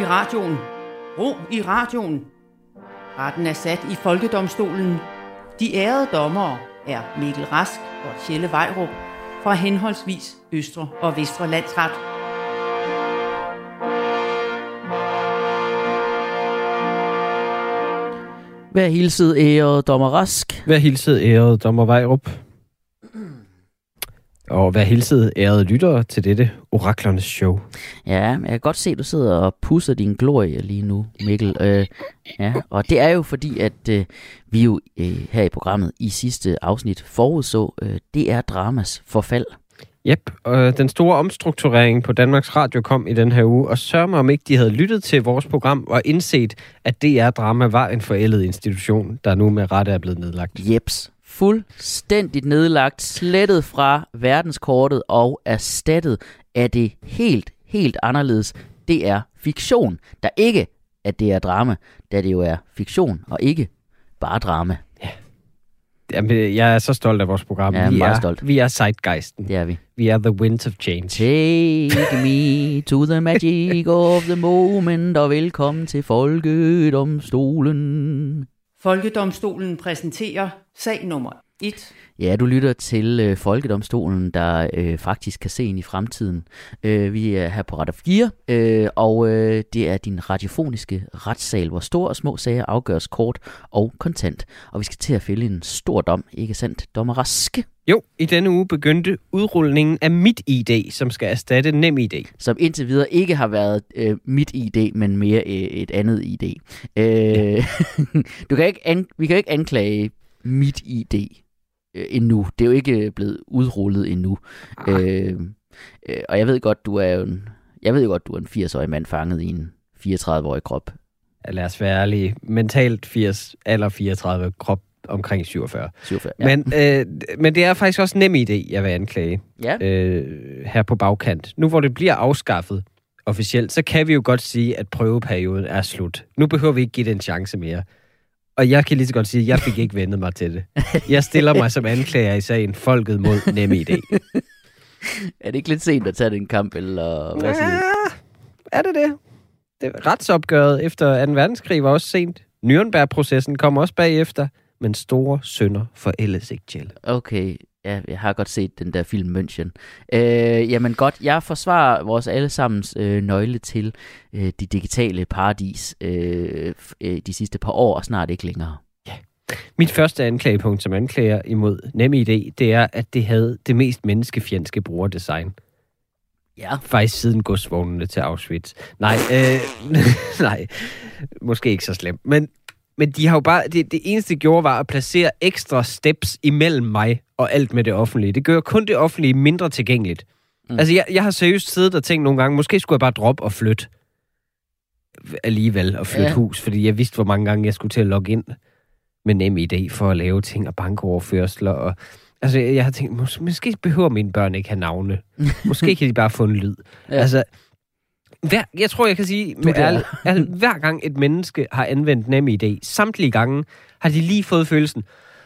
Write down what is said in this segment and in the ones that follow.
radioen. Ro i radioen. Retten er sat i Folkedomstolen. De ærede dommere er Mikkel Rask og Tjelle Vejrup fra henholdsvis Østre og Vestre Landsret. Vær hilset, ærede dommer Rask. Vær hilset, ærede dommer Vejrup. Og vær hilset, ærede lyttere til dette Oraklernes show. Ja, jeg kan godt se, at du sidder og pusser din glorie lige nu, Mikkel. Ja, og det er jo fordi, at vi jo her i programmet i sidste afsnit forudså, det er dramas forfald. Jep, og den store omstrukturering på Danmarks Radio kom i den her uge, og sørg mig om ikke de havde lyttet til vores program og indset, at DR Drama var en forældet institution, der nu med rette er blevet nedlagt. Jeps. Fuldstændigt nedlagt, slettet fra verdenskortet og erstattet af det helt anderledes. Det er fiktion, der ikke er det er drama, da det jo er fiktion og ikke bare drama. Ja. Jamen, jeg er så stolt af vores program. Ja, meget stolt. Vi er zeitgeisten. Det er vi. Vi er the winds of change. Take me to the magic of the moment, og velkommen til Folkedomstolen. Folkedomstolen præsenterer sag nummer 1. Ja, du lytter til Folkedomstolen, der faktisk kan se ind i fremtiden. Vi er her på Radio 4, og det er din radiofoniske retssal, hvor store og små sager afgøres kort og kontant. Og vi skal til at fælde en stor dom, ikke sandt, dommer Raske? Jo, i denne uge begyndte udrulningen af MitID, som skal erstatte NemID. Som indtil videre ikke har været MitID, men mere et andet ID. Vi kan ikke anklage MitID endnu. Det er jo ikke blevet udrullet endnu. Og jeg ved godt, du er en 80-årig mand fanget i en 34-årig krop. Lad os være ærlige. Mentalt 80, eller 34, krop omkring 47. Ja. Men det er faktisk også NemID, jeg vil anklage. Ja. Her på bagkant. Nu hvor det bliver afskaffet officielt, så kan vi jo godt sige, at prøveperioden er slut. Nu behøver vi ikke give det en chance mere. Og jeg kan lige så godt sige, at jeg fik ikke vendet mig til det. Jeg stiller mig som anklager i sagen Folket mod NemID. Er det ikke lidt sent at tage den kamp, eller hvad siger du? Er det? Retsopgøret efter 2. verdenskrig var også sent. Nürnberg-processen kom også bagefter, men store synder forældes ikke til. Okay, ja, jeg har godt set den der film München. Jamen godt, jeg forsvarer vores allesammens nøgle til det digitale paradis de sidste par år, og snart ikke længere. Ja. Mit første anklagepunkt som anklager imod NemID, det er, at det havde det mest menneskefjendske brugerdesign. Ja. Faktisk siden godsvognene til Auschwitz. Nej, nej, måske ikke så slemt. Men de har jo bare, det eneste de gjorde var at placere ekstra steps imellem mig og alt med det offentlige. Det gør kun det offentlige mindre tilgængeligt. Altså, jeg har seriøst siddet og tænkt nogle gange, måske skulle jeg bare droppe og flytte alligevel og flytte hus, fordi jeg vidste, hvor mange gange jeg skulle til at logge ind med NemID for at lave ting og bankoverførsler. Og, altså, jeg har tænkt, måske behøver mine børn ikke have navne. Måske kan de bare få en lyd. Ja. Altså, jeg tror, jeg kan sige, hver gang et menneske har anvendt NemID, samtlige gange har de lige fået følelsen,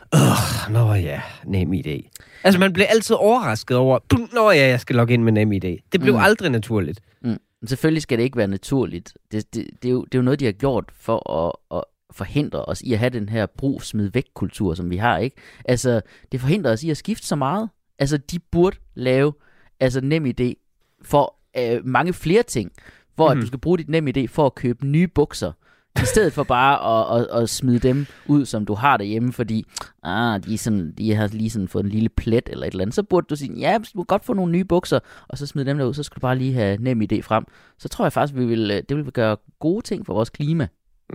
NemID. Altså, man bliver altid overrasket over, jeg skal logge ind med NemID. Det blev aldrig naturligt. Men selvfølgelig skal det ikke være naturligt. Det er jo noget, de har gjort for at forhindre os i at have den her brug-smid-væk-kultur, som vi har, ikke? Altså, det forhindrer os i at skifte så meget. Altså, de burde lave NemID for mange flere ting, hvor at du skal bruge dit NemID for at købe nye bukser, i stedet for bare at smide dem ud, som du har derhjemme, fordi de har lige sådan fået en lille plet eller et eller andet. Så burde du sige, ja, du kan godt få nogle nye bukser, og så smide dem derud, så skal du bare lige have NemID frem. Så tror jeg faktisk, det vil gøre gode ting for vores klima.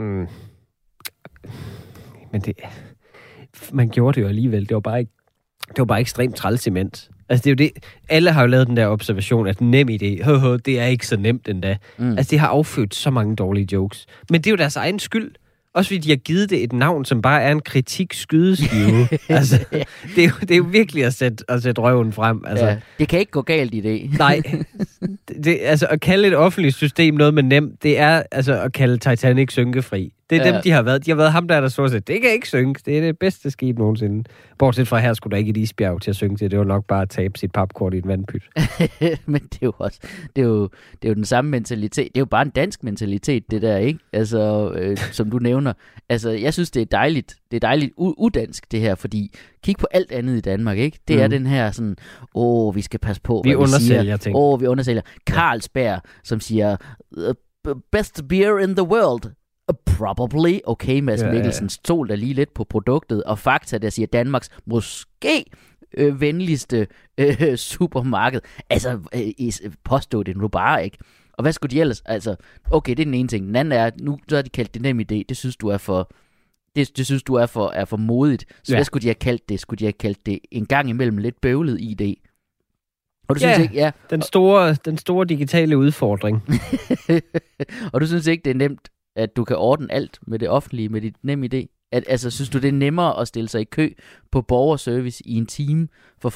Men man gjorde det jo alligevel. Det var bare ekstremt træls imens. Altså, det er jo det. Alle har jo lavet den der observation, at NemID, det er ikke så nemt endda. Altså, det har affødt så mange dårlige jokes. Men det er jo deres egen skyld. Også fordi de har givet det et navn, som bare er en kritik-skydeskive. Altså, det er jo virkelig at sætte røven frem. Altså, ja, det kan ikke gå galt i det. Nej. Altså, at kalde et offentligt system noget med nemt, det er altså at kalde Titanic synkefri. Det er dem, de har været. De har været ham, der stort set, det kan ikke synge. Det er det bedste skib nogensinde. Bortset fra her skulle der ikke et isbjerg til at synge til. Det var nok bare at tabe sit papkort i et vandpyt. Men det er jo også, det er jo den samme mentalitet. Det er jo bare en dansk mentalitet, det der, ikke? Altså, som du nævner. Altså, jeg synes, det er dejligt. Det er dejligt udansk, det her, fordi kig på alt andet i Danmark, ikke? Det er den her sådan, vi skal passe på, hvad vi undersælger ting. Vi undersælger. Carlsberg, som siger, best beer in the world. Probably. Okay, Mads Mikkelsen stol der lige lidt på produktet, og Fakta, der siger Danmarks måske venligste supermarked. Altså, påstå det nu bare, ikke? Og hvad skulle de ellers? Altså, okay, det er den ene ting. Den anden er, nu så har de kaldt det nem idé. Det synes du er for... Det synes du er for modigt. Så hvad skulle de have kaldt det? Skulle de have kaldt det en gang imellem lidt bøvlet ID? Og du synes ikke, den store digitale udfordring. Og du synes ikke, det er nemt, at du kan ordne alt med det offentlige, med dit nem idé? Altså, synes du, det er nemmere at stille sig i kø på borgerservice i en time,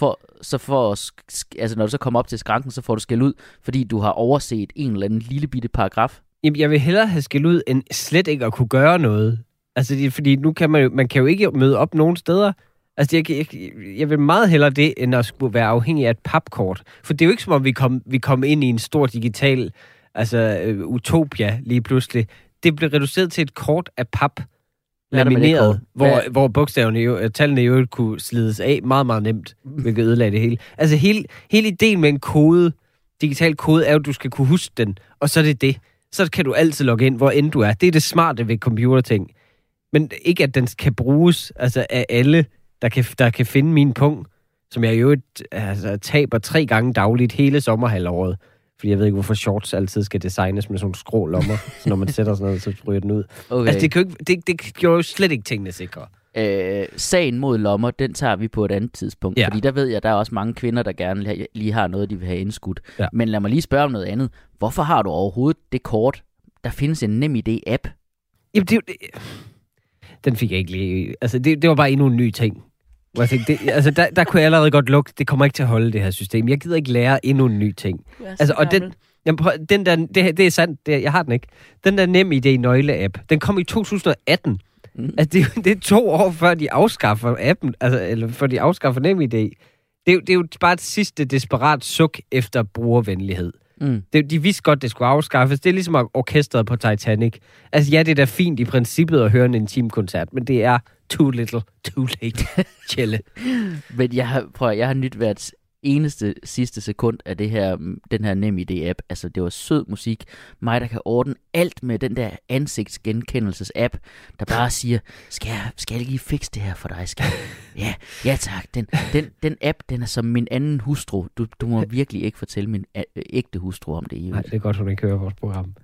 altså når du så kommer op til skranken, så får du skæld ud, fordi du har overset en eller anden lille bitte paragraf? Jamen, jeg vil hellere have skæld ud, end slet ikke at kunne gøre noget. Altså, fordi nu kan man kan jo ikke møde op nogen steder. Altså, jeg vil meget hellere det, end at skulle være afhængig af et papkort. For det er jo ikke som om, vi kom ind i en stor digital utopia lige pludselig. Det blev reduceret til et kort af pap, lamineret, hvor bogstaverne, tallene jo kunne slides af meget, meget nemt, hvilket ødelagde det hele. Altså, hele ideen med en kode, digital kode, er jo, at du skal kunne huske den, og så er det. Så kan du altid logge ind, hvor end du er. Det er det smarte ved computerting. Men ikke, at den kan bruges af alle, der kan finde min punkt, som jeg jo taber 3 gange dagligt hele sommerhalvåret. Fordi jeg ved ikke, hvorfor shorts altid skal designes med sådan skrå lommer. Så når man sætter sådan noget, så ryger den ud. Okay. Altså, det gjorde jo slet ikke tingene sikre. Sagen mod lommer, den tager vi på et andet tidspunkt. Ja. Fordi der ved jeg, der er også mange kvinder, der gerne lige har noget, de vil have indskudt. Ja. Men lad mig lige spørge om noget andet. Hvorfor har du overhovedet det kort? Der findes en NemID-app. Jamen, den fik jeg ikke lige... Altså, det var bare endnu en ny ting. Hvor jeg tænkte, der kunne jeg allerede godt lukke, det kommer ikke til at holde det her system. Jeg gider ikke lære endnu en ny ting. Altså, og den der, det er sandt, jeg har den ikke. Den der NemID nøgle-app, den kom i 2018. Altså, det er 2 år før de afskaffer appen, eller før de afskaffer NemID. Det er jo bare et sidste desperat suk efter brugervenlighed. De vidste godt, det skulle afskaffes. Det er ligesom orkestret på Titanic. Altså, ja, det er da fint i princippet at høre en intimkoncert, men det er too little, too late. Chille. Men jeg har nyt hvert eneste sidste sekund af den her NemID-app. Altså, det var sød musik. Mig, der kan ordne alt med den der ansigtsgenkendelses-app, der bare siger, skal jeg lige fikse det her for dig? Ja tak. Den app, den er som min anden hustru. Du må virkelig ikke fortælle min ægte hustru om det. Nej, det er godt, hun ikke hører vores program.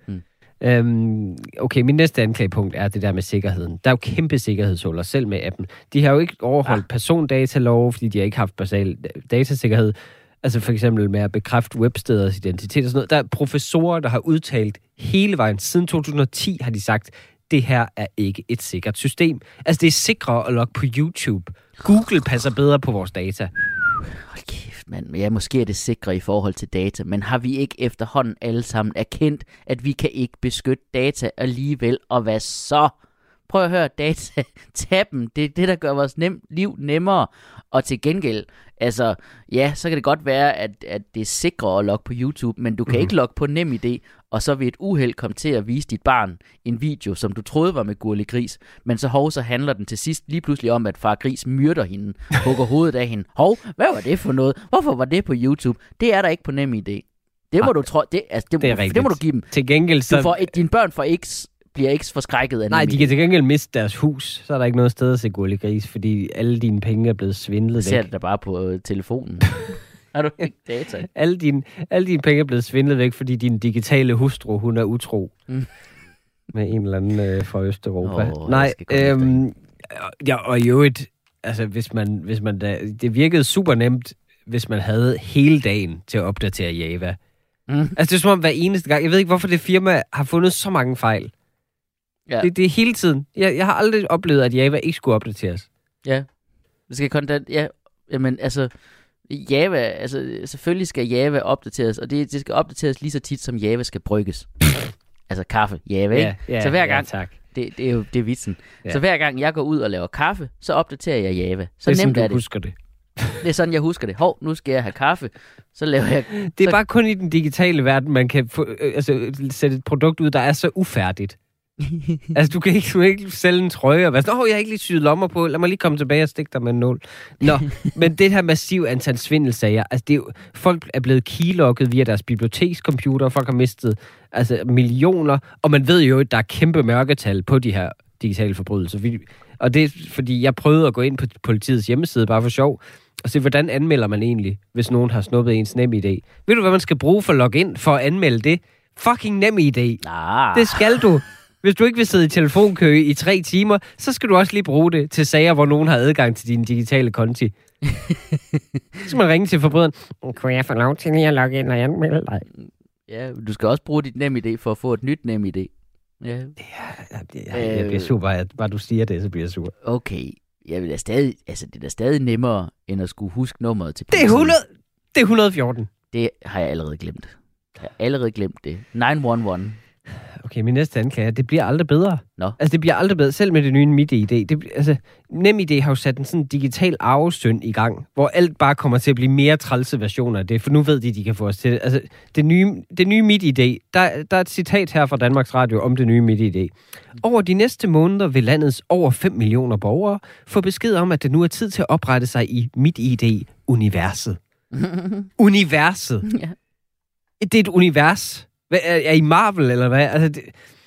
Okay, min næste anklagepunkt er det der med sikkerheden. Der er jo kæmpe sikkerhedshuller, selv med appen. De har jo ikke overholdt persondatalov, fordi de har ikke haft basal datasikkerhed. Altså for eksempel med at bekræfte websteders identitet og sådan noget. Der er professorer, der har udtalt hele vejen. Siden 2010 har de sagt, det her er ikke et sikkert system. Altså det er sikrere at logge på YouTube. Google passer bedre på vores data. Hold kæft, mand. Ja, måske er det sikre i forhold til data, men har vi ikke efterhånden alle sammen erkendt, at vi kan ikke beskytte data alligevel, og hvad så? Prøv at høre, data-tappen, det er det, der gør vores liv nemmere, og til gengæld, altså, ja, så kan det godt være, at det er sikrere at logge på YouTube, men du kan ikke logge på NemID, og så vil et uheld komme til at vise dit barn en video, som du troede var med Gurli Gris, men så handler den til sidst lige pludselig om, at far Gris myrder hende, hugger hovedet af hende. Hvad var det for noget? Hvorfor var det på YouTube? Det er der ikke på NemID. Det må du tro, det må du give dem. Til gengæld så... Dine børn bliver ikke forskrækket af NemID. Nej, de kan til gengæld miste deres hus, så er der ikke noget sted at se Gurli Gris, fordi alle dine penge er blevet svindlet væk. Ser det da bare på telefonen. Har du ikke data? Alle dine penge er blevet svindlet væk, fordi din digitale hustru, hun er utro. Med en eller anden fra Østeuropa. Nej, og i øvrigt, altså hvis man det virkede super nemt, hvis man havde hele dagen til at opdatere Java. Altså det er som om hver eneste gang, jeg ved ikke, hvorfor det firma har fundet så mange fejl. Ja. Det er hele tiden. Jeg har aldrig oplevet, at Java ikke skulle opdateres. Ja. Det skal jamen altså Java, altså selvfølgelig skal Java opdateres, og det skal opdateres lige så tit, som Java skal brygges. Altså kaffe, Java, ikke? Ja, så hver gang, tak. Det er vitsen. Ja. Så hver gang jeg går ud og laver kaffe, så opdaterer jeg Java. Så det er nemt sådan, er du det. husker det. Det er sådan, jeg husker det. Hov, nu skal jeg have kaffe. Så laver jeg... Det er bare kun i den digitale verden, man kan sætte et produkt ud, der er så ufærdigt. Altså, du kan ikke sælge en trøje og være sådan, jeg har ikke lige syet lommer på, lad mig lige komme tilbage og stikke dig med en nål. Nå, men det her massive antal svindelsager, altså det er jo, folk er blevet keylogget via deres bibliotekscomputer, folk har mistet millioner, og man ved jo, at der er kæmpe mørketal på de her digitale forbrydelser. Og det er, fordi jeg prøvede at gå ind på politiets hjemmeside, bare for sjov, og se, hvordan anmelder man egentlig, hvis nogen har snuppet ens NemID. Ved du, hvad man skal bruge for at logge ind for at anmelde det? Fucking NemID. Det skal du. Hvis du ikke vil sidde i telefonkø i 3 timer, så skal du også lige bruge det til sager, hvor nogen har adgang til dine digitale konti. Så skal man ringe til forbryderen. Kunne jeg få lov til lige at logge ind og anmelde dig? Ja, du skal også bruge dit NemID for at få et nyt NemID. Ja. Jeg bliver super. Bare du siger det, så bliver jeg sur. Okay. Jeg vil da stadig, det er da stadig nemmere, end at skulle huske nummeret til politiet. Det er 114. Det har jeg allerede glemt. Jeg har allerede glemt det. 911. Okay, min næste anklage, det bliver aldrig bedre. Nå. Altså, det bliver aldrig bedre, selv med det nye MitID. NemID har jo sat en sådan digital arvesynd i gang, hvor alt bare kommer til at blive mere trælse versioner af det, for nu ved de kan få os til det. Altså, det nye MitID, der er et citat her fra Danmarks Radio om det nye MitID. Over de næste måneder vil landets over 5 millioner borgere få besked om, at det nu er tid til at oprette sig i MitID-universet. Universet. Ja. Det er et univers. Er I Marvel, eller hvad? Altså,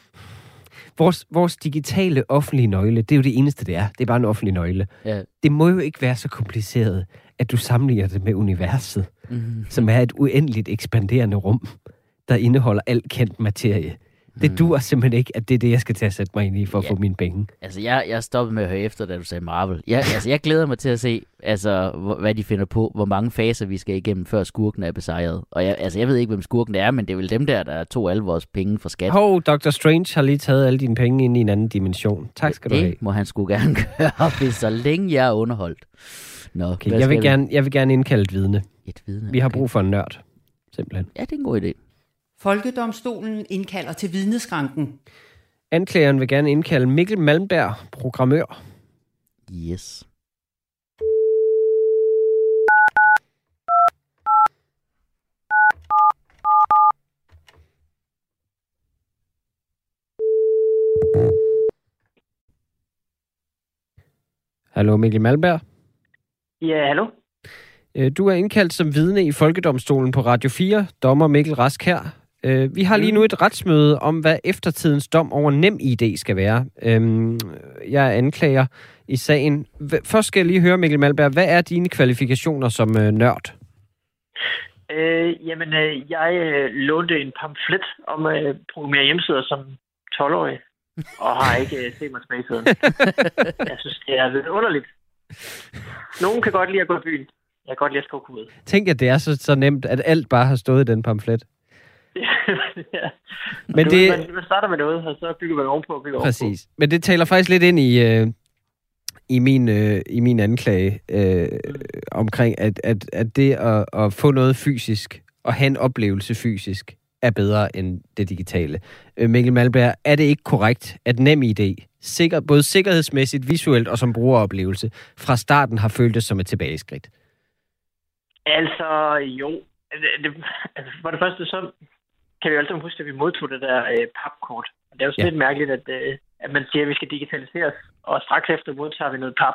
vores digitale offentlige nøgle, det er jo det eneste, det er. Det er bare en offentlig nøgle. Ja. Det må jo ikke være så kompliceret, at du sammenligner det med universet, som er et uendeligt ekspanderende rum, der indeholder alt kendt materie. Det duer simpelthen ikke, at det er det, jeg skal til at sætte mig ind i for at få mine penge. Altså, jeg stoppede med at høre efter, da du sagde Marvel. Jeg glæder mig til at se, hvad de finder på, hvor mange faser vi skal igennem, før skurken er besejret. Og jeg ved ikke, hvem skurken er, men det er vel dem der tog alle vores penge fra skat. Dr. Strange har lige taget alle dine penge ind i en anden dimension. Tak skal du have. Det må han sgu gerne gøre, så længe jeg er underholdt. Nå, okay, jeg vil gerne indkalde et vidne. Et vidne? Vi har brug for en nørd, simpelthen. Ja, det er en god idé. Folkedomstolen indkalder til vidneskranken. Anklageren vil gerne indkalde Mikkel Malmberg, programmør. Yes. Hallo, Mikkel Malmberg. Ja, hallo. Du er indkaldt som vidne i Folkedomstolen på Radio 4. Dommer Mikkel Rask her. Vi har lige nu et retsmøde om, hvad eftertidens dom over NemID skal være. Jeg er anklager i sagen. Først skal jeg lige høre, Mikkel Malmberg, hvad er dine kvalifikationer som nørd? Jeg lånte en pamflet om at programmere hjemmesider som 12-årig, og har ikke set mig tilbage siden. Jeg synes, det er lidt underligt. Nogen kan godt lide at gå i byen. Jeg kan godt lide at skrive kode. Tænk, at det er så nemt, at alt bare har stået i den pamflet. Ja. Men man starter med noget, og så bygger man ovenpå. Præcis. Men det taler faktisk lidt ind i min anklage omkring, at det at få noget fysisk, og have en oplevelse fysisk, er bedre end det digitale. Mikkel Malmberg, er det ikke korrekt, at NemID, både sikkerhedsmæssigt, visuelt og som brugeroplevelse, fra starten har føltes som et tilbageskridt? Altså, jo. For det første, så kan vi jo altid huske, at vi modtog det der papkort. Og det er jo sådan lidt mærkeligt, at man siger, at vi skal digitaliseres, og straks efter modtager vi noget pap.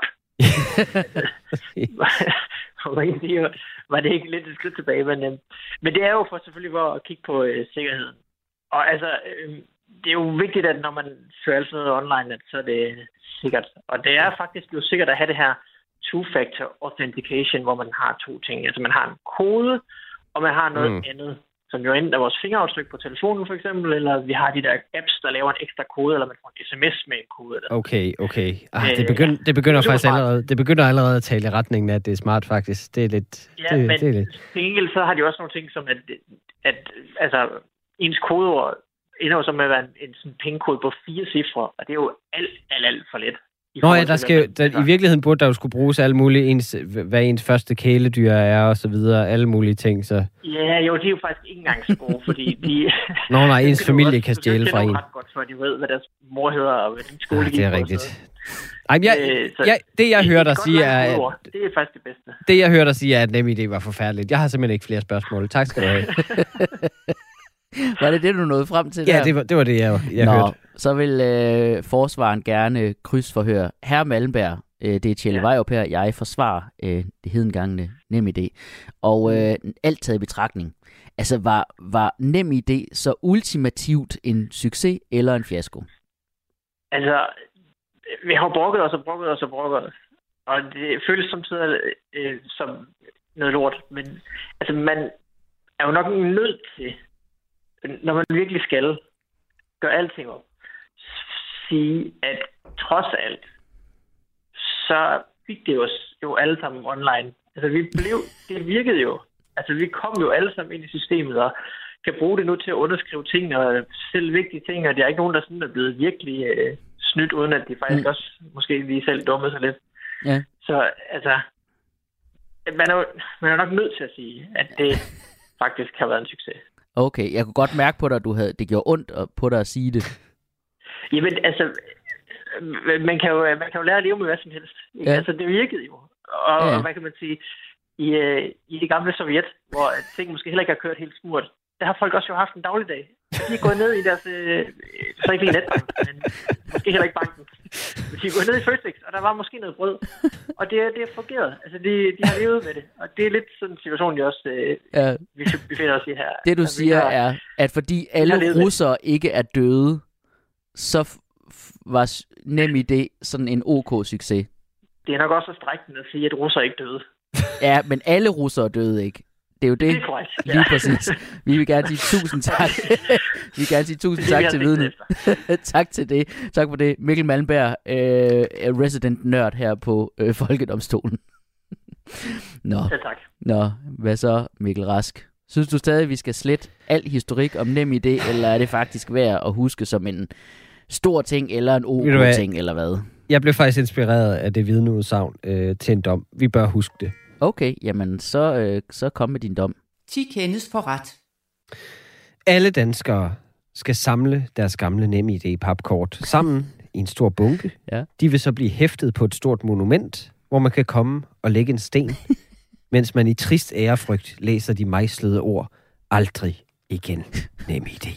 Var det ikke lidt et skridt tilbage, men det er jo selvfølgelig for at kigge på sikkerheden. Og altså, det er jo vigtigt, at når man søger alt noget online, så er det sikkert. Og det er faktisk jo sikkert at have det her two-factor authentication, hvor man har to ting. Altså man har en kode, og man har noget andet, som jo enten er vores fingeraftryk på telefonen for eksempel, eller vi har de der apps, der laver en ekstra kode, eller man får en sms med en kode. Eller. Okay. Det begynder faktisk allerede. Det begynder allerede at tale i retningen af, at det er smart faktisk. Det er lidt. Ja, men til gengæld så har de også nogle ting som at altså ens kodeord ender jo som at være en sådan pingkode på 4 cifre, og det er jo alt for let I virkeligheden burde der jo skulle bruges alle mulige, hvad ens første kæledyr er, og så videre, alle mulige ting, så... Ja, jo, de er jo faktisk ikke engang så gode, fordi de... ens familie kan stjæle fra en. Det er ret godt, for de ved, hvad deres mor hedder, og hvad den skole det er rigtigt. Det jeg hører dig sige er... Det er faktisk det bedste. Det jeg hører dig sige er, at NemID var forfærdeligt. Jeg har simpelthen ikke flere spørgsmål. Tak skal du have. Var det du nåede frem til der? Ja, det var det, jeg hørte. Så vil forsvaren gerne krydsforhøre Herre Malmberg. Det er Tjelle Vejrup her. Jeg forsvarer det hedengangne NemID. Og alt taget i betragtning. Altså, var NemID så ultimativt en succes eller en fiasko? Altså, vi har brokket os. Og det føles samtidig som noget lort. Men altså, man er jo nok nødt til, når man virkelig skal gøre alting op, sige, at trods alt, så fik det jo alle sammen online. Altså, det virkede jo. Altså, vi kom jo alle sammen ind i systemet, og kan bruge det nu til at underskrive ting, og selv vigtige ting, og der er ikke nogen, der sådan er blevet virkelig snydt, uden at de faktisk også måske lige selv dummede sig lidt. Ja. Så, altså, man er nok nødt til at sige, at det faktisk har været en succes. Okay, jeg kunne godt mærke på dig, at det gjorde ondt på dig at sige det. Jamen, altså, man kan jo lære at leve med hvad som helst. Ja. Altså, det virkede jo. Og hvad kan man sige, i det gamle Sovjet, hvor ting måske heller ikke har kørt helt smurt, der har folk også jo haft en dagligdag. De er gået ned i deres, så ikke lige netbank, men måske heller ikke banken. Men de er gået ned i Føtex, og der var måske noget brød. Og det er fungeret. Altså, de har levet med det. Og det er lidt sådan en situation, vi befinder os i her. Det du siger er, at fordi alle russere ikke er døde, så var NemID sådan en OK-succes. Det er nok også at strække den at sige, at russere ikke døde. Ja, men alle russere døde ikke. Det er jo det. Det er korrekt. Lige præcis. Vi vil gerne sige tusind tak. Vi vil gerne sige tusind tak til vidnet. Tak til det. Tak for det. Mikkel Malmberg, resident nørd her på Folkedomstolen. Nå. Ja, tak. Nå, hvad så, Mikkel Rask? Synes du stadig, vi skal slette al historik om NemID, eller er det faktisk værd at huske som en stor ting, eller en OK-ting, eller hvad? Jeg blev faktisk inspireret af det vidneudsagn til en dom. Vi bør huske det. Okay, jamen så kom med din dom. 10 kendes for ret. Alle danskere skal samle deres gamle NemID-papkort sammen i en stor bunke. Ja. De vil så blive hæftet på et stort monument, hvor man kan komme og lægge en sten, mens man i trist ærefrygt læser de mejslede ord: aldrig igen NemID.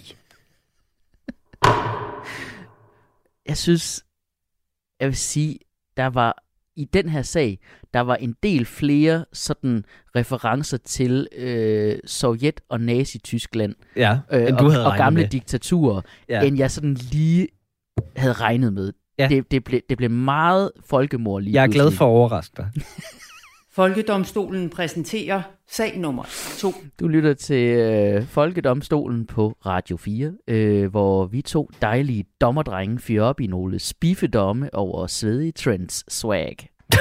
Jeg vil sige, der var i den her sag, der var en del flere sådan referencer til Sovjet og Nazi-Tyskland og gamle diktaturer, end jeg sådan lige havde regnet med. Ja. Det blev meget folkemord lige. Jeg er glad for at overraske dig. Folkedomstolen præsenterer sag nummer 2. Du lytter til Folkedomstolen på Radio 4, hvor vi 2 dejlige dommerdrenge fyrer op i nogle spiffedomme over svedige trends swag.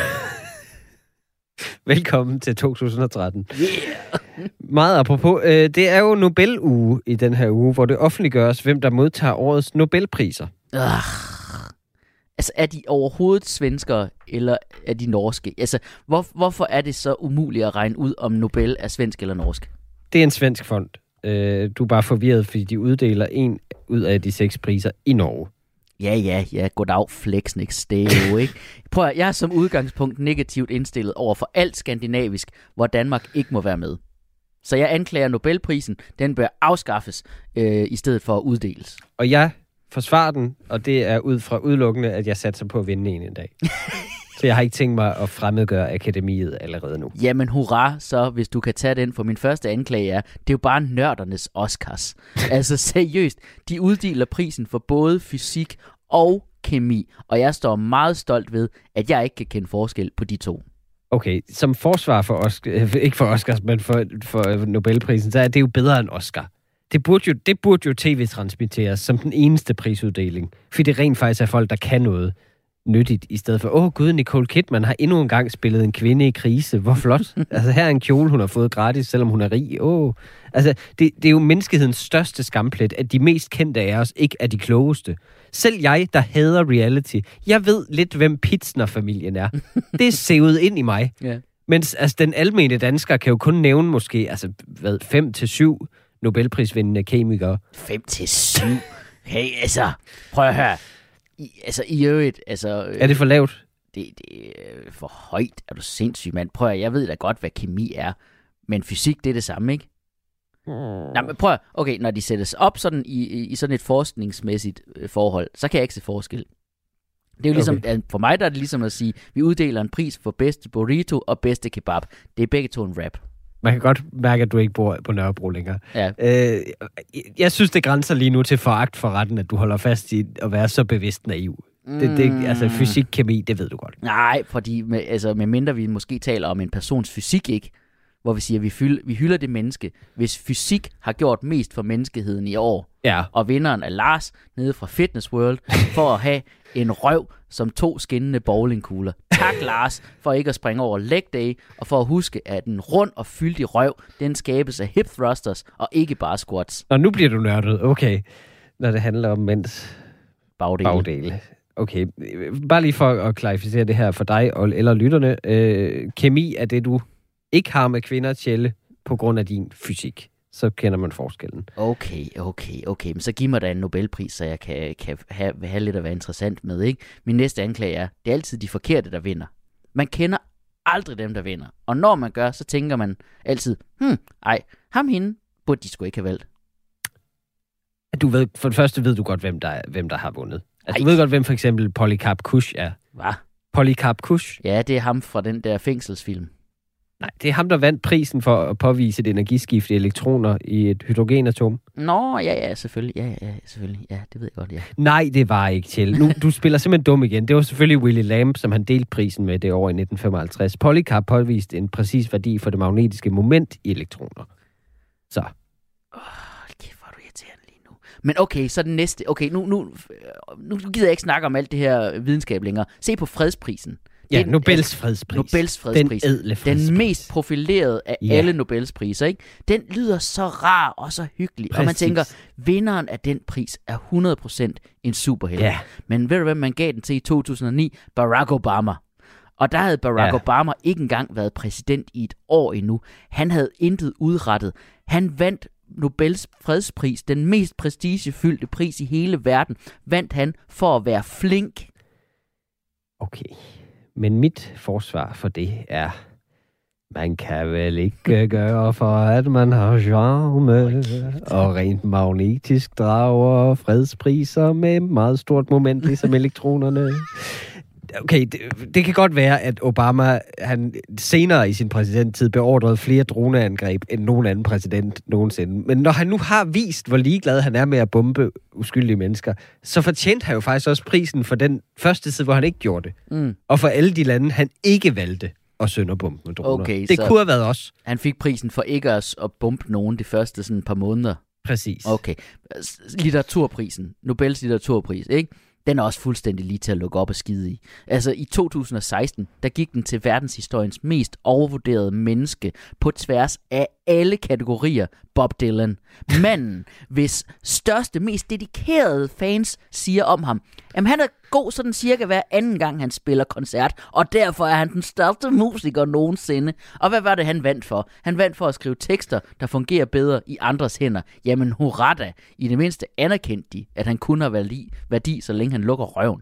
Velkommen til 2013. Yeah! Meget apropos, det er jo Nobeluge i den her uge, hvor det offentliggøres, hvem der modtager årets Nobelpriser. Altså, er de overhovedet svenskere, eller er de norske? Altså, hvorfor er det så umuligt at regne ud, om Nobel er svensk eller norsk? Det er en svensk fond. Du er bare forvirret, fordi de uddeler 1 ud af de 6 priser i Norge. Ja, goddag, Flexnix, det er jo ikke. Prøv at, jeg er som udgangspunkt negativt indstillet over for alt skandinavisk, hvor Danmark ikke må være med. Så jeg anklager Nobelprisen, den bør afskaffes, i stedet for at uddeles. Og jeg forsvarer den, og det er ud fra udelukkende, at jeg satser på at vinde en dag. Så jeg har ikke tænkt mig at fremmedgøre akademiet allerede nu. Jamen hurra, så hvis du kan tage den, for min første anklage er, det er jo bare nørdernes Oscars. Altså seriøst, de uddeler prisen for både fysik og kemi, og jeg står meget stolt ved, at jeg ikke kan kende forskel på de to. Okay, som forsvar for Oscar, ikke for Oscars, men for Nobelprisen, så er det jo bedre end Oscar. Det burde jo tv-transmitteres som den eneste prisuddeling, fordi det rent faktisk er folk, der kan noget. nyttigt, i stedet for, gud, Nicole Kidman har endnu en gang spillet en kvinde i krise. Hvor flot. Altså, her er en kjole, hun har fået gratis, selvom hun er rig. Altså, det er jo menneskehedens største skamplet, at de mest kendte af os ikke er de klogeste. Selv jeg, der hader reality, jeg ved lidt, hvem Pitsner-familien er. Det er sevet ind i mig. Yeah. Mens altså, den almene dansker kan jo kun nævne måske 5-7 Nobelprisvindende kemikere. 5-7? Hey, altså, prøv at høre. I øvrigt, er det for lavt? Det er for højt. Er du sindssyg, mand? Prøv at, jeg ved da godt, hvad kemi er. Men fysik, det er det samme, ikke? Nej, men prøv at, okay, når de sættes op sådan i sådan et forskningsmæssigt forhold, så kan jeg ikke se forskel. Det er jo ligesom, for mig der er det ligesom at sige, vi uddeler en pris for bedste burrito og bedste kebab. Det er begge to en rap. Man kan godt mærke, at du ikke bor på Nørrebro længere. Ja. Jeg synes, det grænser lige nu til foragt for retten, at du holder fast i at være så bevidst naiv. Altså fysik, kemi, det ved du godt. Nej, fordi med mindre vi måske taler om en persons fysik, ikke? Hvor vi siger, at vi hylder det menneske. Hvis fysik har gjort mest for menneskeheden i år, og vinderen er Lars nede fra Fitness World, for at have en røv som 2 skinnende bowlingkugler. Tak, Lars, for ikke at springe over leg day, og for at huske, at en rund og fyldig røv, den skabes af hip thrusters, og ikke bare squats. Og nu bliver du nørdet, okay, når det handler om mænds bagdele. Okay, bare lige for at klarificere det her for dig eller lytterne. Kemi er det, du ikke har med kvinder at tjælle på grund af din fysik. Så kender man forskellen. Okay. Men så giv mig da en Nobelpris, så jeg kan have lidt at være interessant med, ikke? Min næste anklage er, det er altid de forkerte, der vinder. Man kender aldrig dem, der vinder. Og når man gør, så tænker man altid, ham hende burde de sgu ikke have valgt. Du ved, for det første ved du godt, hvem der har vundet. Altså, du ved godt, hvem for eksempel Polycarp Kusch er. Hvad? Polycarp Kusch? Ja, det er ham fra den der fængselsfilm. Nej, det er ham, der vandt prisen for at påvise et energiskift i elektroner i et hydrogenatom. Nå, ja, selvfølgelig. Ja, selvfølgelig. Ja, det ved jeg godt, ja. Nej, det var ikke til. Nu, du spiller simpelthen dum igen. Det var selvfølgelig Willy Lamb, som han delte prisen med det år i 1955. Polycarp påviste en præcis værdi for det magnetiske moment i elektroner. Så. Kæft, hvor er du irriterende lige nu. Men okay, så den næste. Okay, nu gider jeg ikke snakke om alt det her videnskab længere. Se på fredsprisen. Ja, Nobels fredspris. Nobels fredspris. Den ædle fredspris. Den mest profilerede af alle Nobels priser, ikke? Den lyder så rar og så hyggelig. Præcis. Og man tænker, vinderen af den pris er 100% en superhelt. Ja. Men ved du, hvem man gav den til i 2009? Barack Obama. Og der havde Barack Obama ikke engang været præsident i et år endnu. Han havde intet udrettet. Han vandt Nobels fredspris, den mest prestigefyldte pris i hele verden, vandt han for at være flink. Okay. Men mit forsvar for det er, man kan vel ikke gøre for, at man har charme, og rent magnetisk drager fredspriser med meget stort moment, ligesom elektronerne. Okay, det kan godt være, at Obama han senere i sin præsidenttid beordrede flere droneangreb end nogen anden præsident nogensinde. Men når han nu har vist, hvor ligeglad han er med at bombe uskyldige mennesker, så fortjente han jo faktisk også prisen for den første tid, hvor han ikke gjorde det. Og for alle de lande, han ikke valgte at sønderbombe med droner. Okay, det kunne have været os. Han fik prisen for ikke at bombe nogen de første sådan par måneder. Præcis. Okay. Litteraturprisen. Nobels litteraturpris, ikke? Den er også fuldstændig lige til at lukke op og skide i. Altså i 2016, der gik den til verdenshistoriens mest overvurderede menneske på tværs af alle kategorier, Bob Dylan. Manden, hvis største, mest dedikerede fans siger om ham, jamen han er god sådan cirka hver anden gang, han spiller koncert, og derfor er han den største musiker nogensinde. Og hvad var det, han vandt for? Han vandt for at skrive tekster, der fungerer bedre i andres hænder. Jamen hurra da. I det mindste anerkendte de, at han kun har værdi, så længe han lukker røven.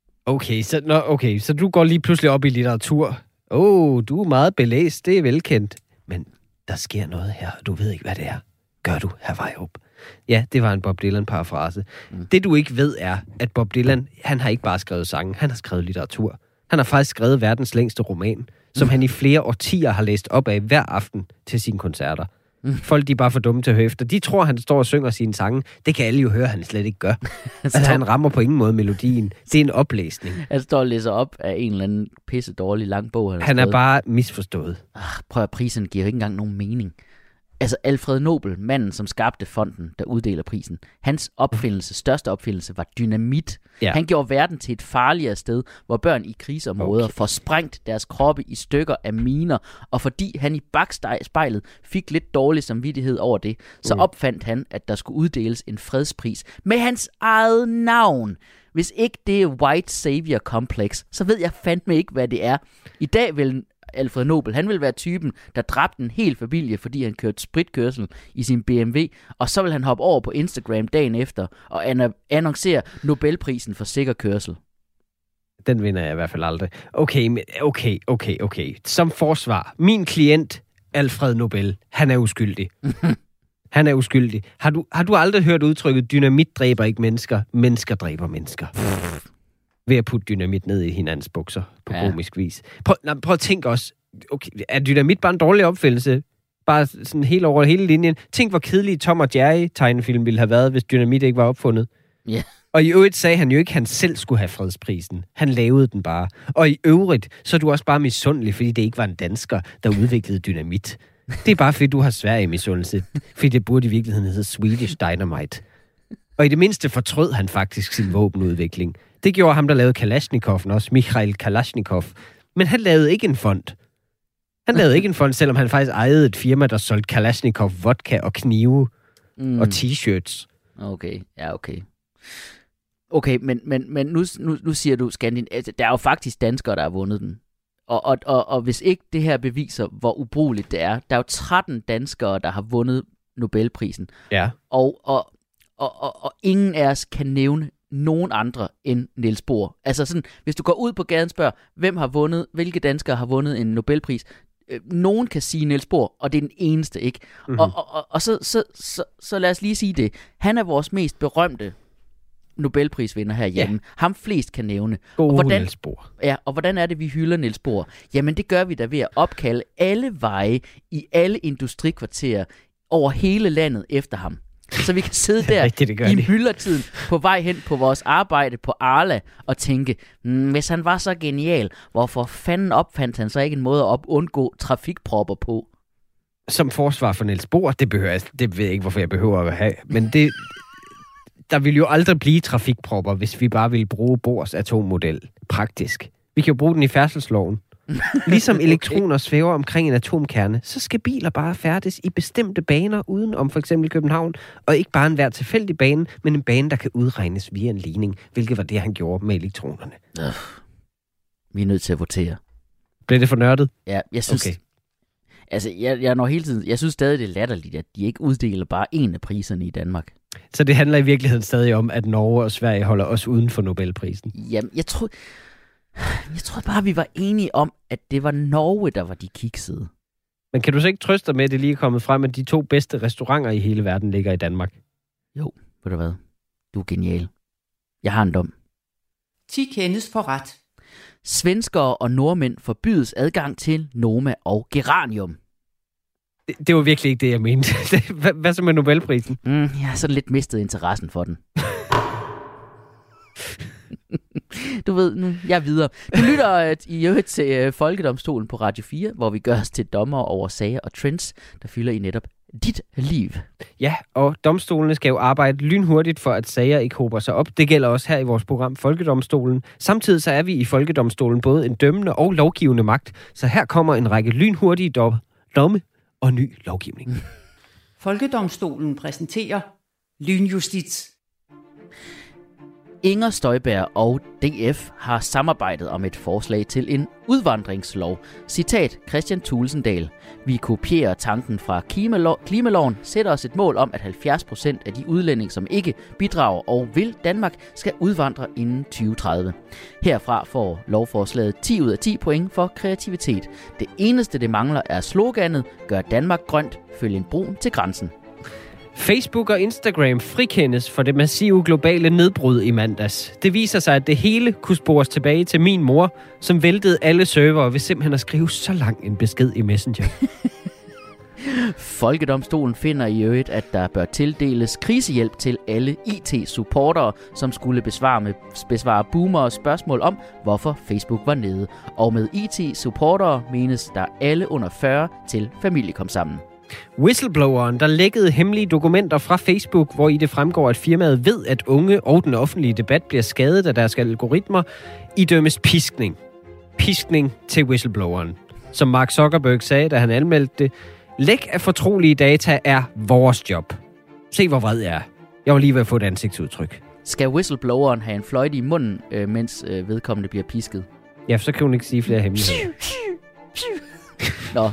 Okay, så du går lige pludselig op i litteratur. Du er meget belæst, det er velkendt. Men der sker noget her, og du ved ikke, hvad det er. Gør du, hr. Vejrup? Ja, det var en Bob Dylan-parafrase. Det du ikke ved er, at Bob Dylan, han har ikke bare skrevet sange, han har skrevet litteratur. Han har faktisk skrevet verdens længste roman, som han i flere årtier har læst op af hver aften til sine koncerter. Folk, de er bare for dumme til at høre efter. De tror, han står og synger sine sange. Det kan alle jo høre, han slet ikke gør. Altså, han rammer på ingen måde melodien. Det er en oplæsning. Han står og læser op af en eller anden pisse dårlig lang bog. Han er bare misforstået. Prøv at prisen giver ikke engang nogen mening. Altså Alfred Nobel, manden som skabte fonden, der uddeler prisen, hans største opfindelse var dynamit. Ja. Han gjorde verden til et farligere sted, hvor børn i krigsområder får sprængt deres kroppe i stykker af miner, og fordi han i bagspejlet fik lidt dårlig samvittighed over det, så opfandt han, at der skulle uddeles en fredspris med hans eget navn. Hvis ikke det er white savior complex, så ved jeg fandme ikke, hvad det er. I dag vil Alfred Nobel, han vil være typen, der dræbte en hel familie, fordi han kørte spritkørsel i sin BMW, og så vil han hoppe over på Instagram dagen efter og annoncere Nobelprisen for sikker kørsel. Den vinder jeg i hvert fald aldrig. Okay. Som forsvar. Min klient, Alfred Nobel, han er uskyldig. Han er uskyldig. Har du aldrig hørt udtrykket, dynamit dræber ikke mennesker, mennesker dræber mennesker? Ved at putte dynamit ned i hinandens bukser på komisk vis. Prøv at tænke også, okay, er dynamit bare en dårlig opfindelse? Bare sådan helt over hele linjen. Tænk, hvor kedelige Tom og Jerry-tegnefilm ville have været, hvis dynamit ikke var opfundet. Ja. Yeah. Og i øvrigt sagde han jo ikke, at han selv skulle have fredsprisen. Han lavede den bare. Og i øvrigt, så er du også bare misundelig, fordi det ikke var en dansker, der udviklede dynamit. Det er bare, fordi du har Sverige misundelse. Fordi det burde i virkeligheden hedde Swedish Dynamite. Og i det mindste fortrød han faktisk sin våbenudvikling. Det gjorde ham, der lavede Kalashnikov'en også, Mikhail Kalashnikov. Men han lavede ikke en fond. Han lavede ikke en fond, selvom han faktisk ejede et firma, der solgte Kalashnikov vodka og knive og t-shirts. Okay, ja, okay. Okay, men nu siger du, altså, der er jo faktisk danskere, der har vundet den. Og hvis ikke det her beviser, hvor ubrugeligt det er, der er jo 13 danskere, der har vundet Nobelprisen. Ja. Og ingen af os kan nævne nogen andre end Niels Bohr. Altså sådan, hvis du går ud på gaden og spørger, hvem har vundet, hvilke danskere har vundet en Nobelpris, nogen kan sige Niels Bohr, og det er den eneste, ikke? Mm-hmm. Og så lad os lige sige det. Han er vores mest berømte Nobelprisvinder herhjemme. Ja. Ham flest kan nævne. Niels Bohr. Ja, og hvordan er det, vi hylder Niels Bohr? Jamen, det gør vi da ved at opkalde alle veje i alle industrikvarterer over hele landet efter ham. Så vi kan sidde der i myldretiden på vej hen på vores arbejde på Arla og tænke, hvis han var så genial, hvorfor fanden opfandt han så ikke en måde at undgå trafikpropper på? Som forsvar for Niels Bohr, det ved jeg ikke, hvorfor jeg behøver at have, men der vil jo aldrig blive trafikpropper, hvis vi bare vil bruge Bohrs atommodel praktisk. Vi kan jo bruge den i færdselsloven. Ligesom elektroner svæver omkring en atomkerne, så skal biler bare færdes i bestemte baner uden om for eksempel København, og ikke bare en hver tilfældig bane, men en bane, der kan udregnes via en ligning, hvilket var det, han gjorde med elektronerne. Vi er nødt til at votere. Blev det for nørdet? Ja, jeg synes... Okay. Altså, jeg når hele tiden... Jeg synes stadig, det er latterligt, at de ikke uddeler bare en af priserne i Danmark. Så det handler i virkeligheden stadig om, at Norge og Sverige holder os uden for Nobelprisen? Jamen, jeg tror bare, vi var enige om, at det var Norge, der var de kiksede. Men kan du så ikke trøste dig med, at det lige er kommet frem, at de 2 bedste restauranter i hele verden ligger i Danmark? Jo, ved du hvad? Du er genial. Jeg har en dom. 10 kendes for ret. Svenskere og nordmænd forbydes adgang til Noma og Geranium. Det var virkelig ikke det, jeg mente. Hvad så med Nobelprisen? Jeg har så lidt mistet interessen for den. Du ved, nu jeg er videre. Du lytter i øvrigt til Folkedomstolen på Radio 4, hvor vi gør os til dommer over sager og trends, der fylder i netop dit liv. Ja, og domstolene skal jo arbejde lynhurtigt for, at sager ikke hober sig op. Det gælder også her i vores program Folkedomstolen. Samtidig så er vi i Folkedomstolen både en dømmende og lovgivende magt, så her kommer en række lynhurtige domme og ny lovgivning. Folkedomstolen præsenterer lynjustits. Inger Støjberg og DF har samarbejdet om et forslag til en udvandringslov. Citat Christian Thulesen: Vi kopierer tanken fra klimaloven, sætter os et mål om, at 70% af de udlændinge, som ikke bidrager og vil Danmark, skal udvandre inden 2030. Herfra får lovforslaget 10 ud af 10 point for kreativitet. Det eneste, det mangler, er sloganet: Gør Danmark grønt, følg en bro til grænsen. Facebook og Instagram frikendes for det massive globale nedbrud i mandags. Det viser sig, at det hele kunne spores tilbage til min mor, som væltede alle servere ved simpelthen at skrive så lang en besked i Messenger. Folkedomstolen finder i øvrigt, at der bør tildeles krisehjælp til alle IT-supportere, som skulle besvare boomers spørgsmål om, hvorfor Facebook var nede. Og med IT-supportere menes der alle under 40 til familie kom sammen. Whistlebloweren, der lækkede hemmelige dokumenter fra Facebook, hvor i det fremgår, at firmaet ved, at unge og den offentlige debat bliver skadet af deres algoritmer, idømmes piskning. Piskning til whistlebloweren. Som Mark Zuckerberg sagde, da han anmeldte det, læk af fortrolige data er vores job. Se, hvor vred jeg er. Jeg var lige ved at få et ansigtsudtryk. Skal whistlebloweren have en fløjte i munden, mens vedkommende bliver pisket? Ja, så kan hun ikke sige flere hemmeligheder. Nå,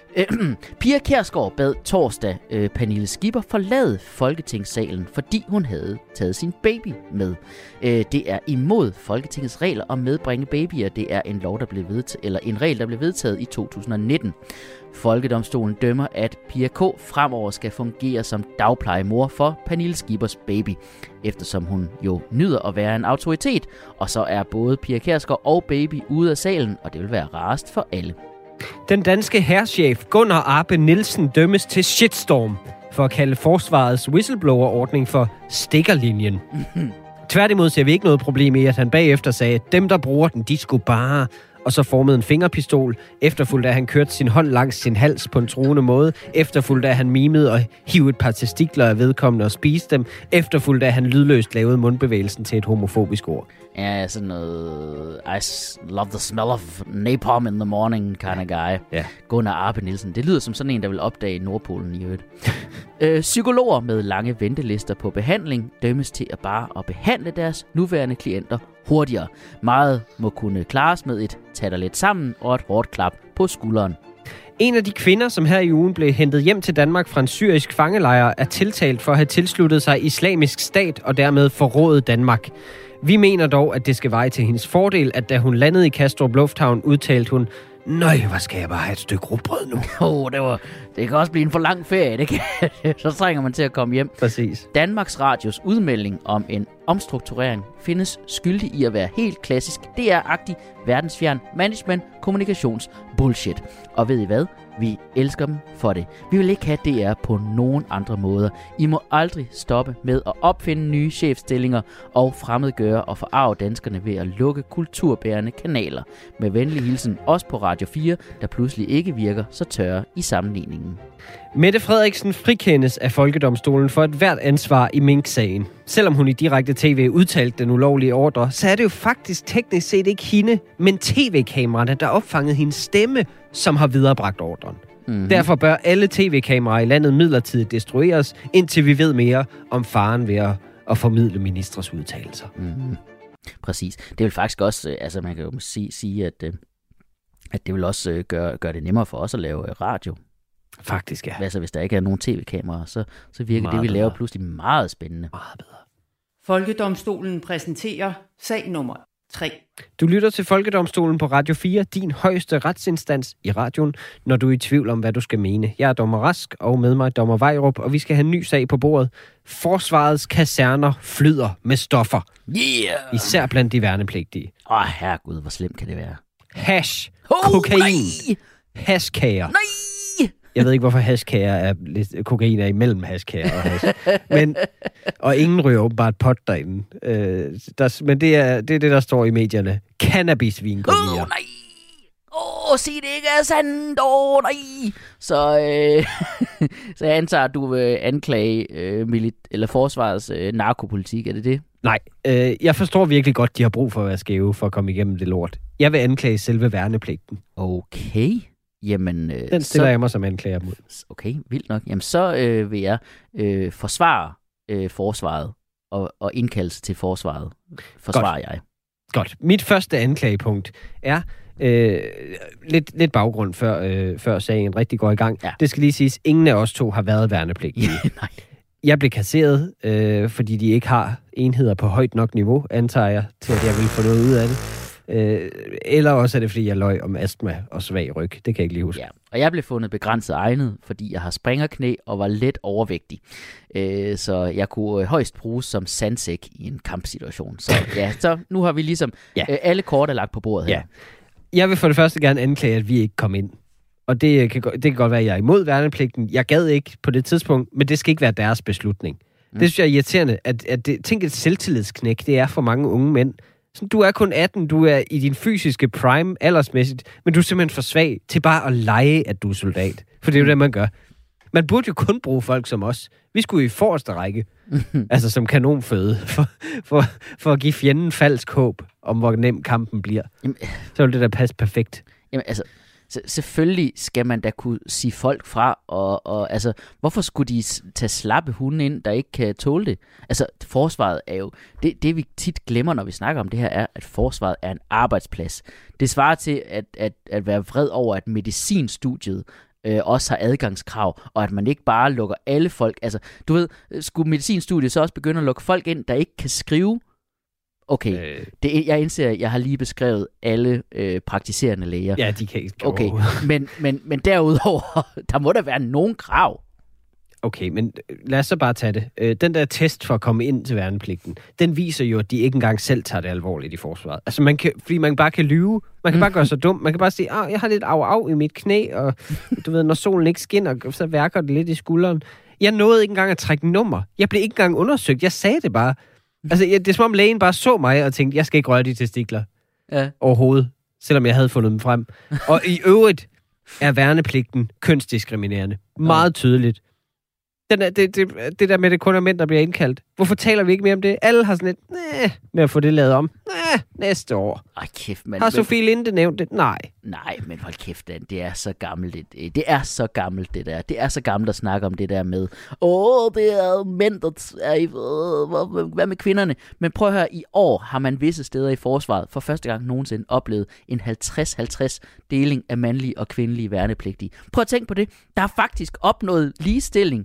Pia Kjærsgaard bad torsdag Pernille Skipper forlade Folketingssalen, fordi hun havde taget sin baby med. Det er imod Folketingets regler om medbringe babyer. Det er en lov, der blev en regel, der blev vedtaget i 2019. Folkedomstolen dømmer, at Pia K. fremover skal fungere som dagplejemor for Pernille Skippers baby, eftersom hun jo nyder at være en autoritet, og så er både Pia Kjærsgaard og baby ude af salen, og det vil være rarest for alle. Den danske hærchef Gunnar Arpe Nielsen dømmes til shitstorm for at kalde forsvarets whistleblower-ordning for stikkerlinjen. Tværtimod ser vi ikke noget problem i, at han bagefter sagde, at dem, der bruger den, de skulle bare... Og så formede en fingerpistol, efterfulgt af han kørte sin hånd langs sin hals på en truende måde, efterfulgt af han mimede og hivede et par testikler af vedkommende og spiste dem, efterfulgt af han lydløst lavede mundbevægelsen til et homofobisk ord. Ja, sådan noget I love the smell of napalm in the morning kind of guy. Ja. Gunnar Arpe Nielsen. Det lyder som sådan en, der vil opdage Nordpolen i øvrigt. Psykologer med lange ventelister på behandling dømmes til at behandle deres nuværende klienter hurtigere. Meget må kunne klares med et tag dig lidt sammen og et hårdt klap på skulderen. En af de kvinder, som her i ugen blev hentet hjem til Danmark fra en syrisk fangelejr, er tiltalt for at have tilsluttet sig Islamisk Stat og dermed forrådet Danmark. Vi mener dog, at det skal veje til hendes fordel, at da hun landede i Kastrup Lufthavn, udtalte hun, nøj, hvor skal jeg bare have et stykke rugbrød nu. Det kan også blive en for lang ferie, det kan. Så trænger man til at komme hjem. Præcis. Danmarks Radios udmelding om en omstrukturering findes skyldig i at være helt klassisk DR-agtig, verdensfjern management, kommunikations bullshit. Og ved I hvad? Vi elsker dem for det. Vi vil ikke have DR på nogen andre måder. I må aldrig stoppe med at opfinde nye chefstillinger og fremmedgøre og forarve danskerne ved at lukke kulturbærende kanaler. Med venlig hilsen også på Radio 4, der pludselig ikke virker så tørre i sammenligningen. Mette Frederiksen frikendes af Folkedomstolen for et hvert ansvar i Mink-sagen. Selvom hun i direkte tv udtalte den ulovlige ordre, så er det jo faktisk teknisk set ikke hende, men tv-kameraerne, der opfangede hendes stemme, som har viderebragt ordren. Mm-hmm. Derfor bør alle tv-kameraer i landet midlertidigt destrueres, indtil vi ved mere om faren ved at formidle ministres udtalelser. Mm-hmm. Præcis. Det vil faktisk også, altså man kan jo sige, at det vil også gøre det nemmere for os at lave radio. Faktisk, ja. Altså, hvis der ikke er nogen tv-kameraer, så virker meget det, vi laver, pludselig meget spændende. Meget bedre. Folkedomstolen præsenterer sag nummer 3. Du lytter til Folkedomstolen på Radio 4, din højeste retsinstans i radioen, når du er i tvivl om, hvad du skal mene. Jeg er dommer Rask, og med mig dommer Vejrup, og vi skal have en ny sag på bordet. Forsvarets kaserner flyder med stoffer. Yeah! Især blandt de værnepligtige. Herregud, hvor slemt kan det være? Hash. Kokain. Hashkager. Nej! Jeg ved ikke, hvorfor hashkager er lidt... Kokain er imellem hashkager og hash. Og ingen ryger åbenbart pot derinde. Men det er det, der står i medierne. Cannabis-vingummier. Nej! Sig det ikke er sandt! Nej! Så jeg antager, at du vil anklage eller forsvarets narkopolitik. Er det det? Nej, jeg forstår virkelig godt, de har brug for at være skæve for at komme igennem det lort. Jeg vil anklage selve værnepligten. Okay. Jamen, den stiller jeg mig som anklager mod. Okay, vildt nok. Jamen, så vil jeg forsvare forsvaret og indkaldelse til forsvaret. Forsvarer jeg. Godt. Mit første anklagepunkt er lidt baggrund, før sagen rigtig går i gang. Ja. Det skal lige siges, ingen af os to har været værnepligtige. Nej. Jeg blev kasseret, fordi de ikke har enheder på højt nok niveau, antager jeg, til at jeg vil få noget ud af det. Eller også er det, fordi jeg løj om astma og svag ryg. Det kan jeg ikke lige huske. Ja. Og jeg blev fundet begrænset egnet, fordi jeg har springerknæ og var let overvægtig. Så jeg kunne højst bruges som sandsæk i en kampsituation. Så nu har vi ligesom alle kort er lagt på bordet her. Ja. Jeg vil for det første gerne anklage, at vi ikke kom ind. Og det kan godt være, at jeg er imod værnepligten. Jeg gad ikke på det tidspunkt, men det skal ikke være deres beslutning. Det synes jeg er irriterende. Tænk et selvtillidsknæk, det er for mange unge mænd. Så du er kun 18, du er i din fysiske prime aldersmæssigt, men du er simpelthen for svag til bare at lege, at du er soldat. For det er jo det, man gør. Man burde jo kun bruge folk som os. Vi skulle i forreste række, altså som kanonføde, for at give fjenden falsk håb om, hvor nem kampen bliver. Jamen, så ville det da passe perfekt. Jamen, altså, selvfølgelig skal man da kunne sige folk fra, og altså, hvorfor skulle de tage slappe hunde ind, der ikke kan tåle det? Altså, forsvaret er jo, det vi tit glemmer, når vi snakker om det her, er, at forsvaret er en arbejdsplads. Det svarer til at være vred over, at medicinstudiet også har adgangskrav, og at man ikke bare lukker alle folk. Altså, du ved, skulle medicinstudiet så også begynde at lukke folk ind, der ikke kan skrive? Okay, jeg indser, at jeg har lige beskrevet alle praktiserende læger. Ja, de kan ikke. Okay, men derudover, der må der være nogen krav. Okay, men lad os så bare tage det. Den der test for at komme ind til værnepligten, den viser jo, at de ikke engang selv tager det alvorligt i forsvaret. Altså, fordi man bare kan lyve. Man kan bare gøre sig dum. Man kan bare sige, jeg har lidt af i mit knæ, og du ved, når solen ikke skinner, så værker det lidt i skulderen. Jeg nåede ikke engang at trække nummer. Jeg blev ikke engang undersøgt. Jeg sagde det bare. Altså, det er som om lægen bare så mig og tænkte, jeg skal ikke røre de testikler overhovedet, selvom jeg havde fundet dem frem. Og i øvrigt er værnepligten kønsdiskriminerende. Meget tydeligt. Det der med, det kun er mænd, der bliver indkaldt. Hvorfor taler vi ikke mere om det? Alle har sådan et, med at få det lavet om. Næste år. Ej, kæft, mand. Har Sofie Linde nævnt det? Nej, men hold kæft, det er så gammelt. Det er så gammelt, det der. Det er så gammelt at snakke om det der med, det er mænd, der er i, hvad med kvinderne? Men prøv at høre, i år har man visse steder i forsvaret for første gang nogensinde oplevet en 50-50 deling af mandlige og kvindelige værnepligtige. Prøv at tænke på det. Der er faktisk opnået ligestilling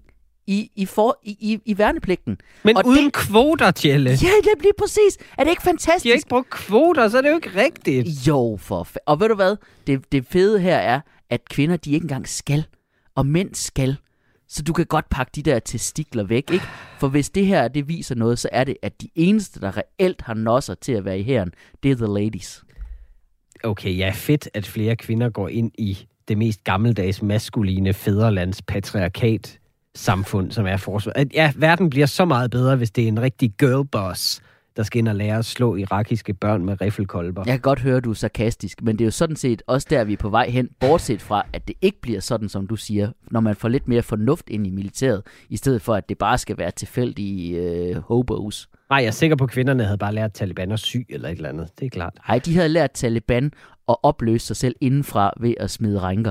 i værnepligten. Men og uden kvoter, Tjelle. Ja, det bliver præcis. Er det ikke fantastisk? De har ikke brugt kvoter, så er det jo ikke rigtigt. Jo, og ved du hvad? Det fede her er, at kvinder, de ikke engang skal, og mænd skal. Så du kan godt pakke de der testikler væk, ikke? For hvis det her, det viser noget, så er det, at de eneste, der reelt har nosser til at være i hæren, det er the ladies. Okay, ja, fedt, at flere kvinder går ind i det mest gammeldags maskuline fædrelands patriarkat samfund, som er forsvaret. Ja, verden bliver så meget bedre, hvis det er en rigtig girlboss, der skal ind og lære at slå irakiske børn med riffelkolber. Jeg kan godt høre, du er sarkastisk, men det er jo sådan set også der, vi er på vej hen, bortset fra, at det ikke bliver sådan, som du siger, når man får lidt mere fornuft ind i militæret, i stedet for, at det bare skal være tilfældige hobos. Nej, jeg er sikker på, at kvinderne havde bare lært Taliban at sy eller et eller andet. Det er klart. Nej, de havde lært Taliban at opløse sig selv indenfra ved at smide rænker.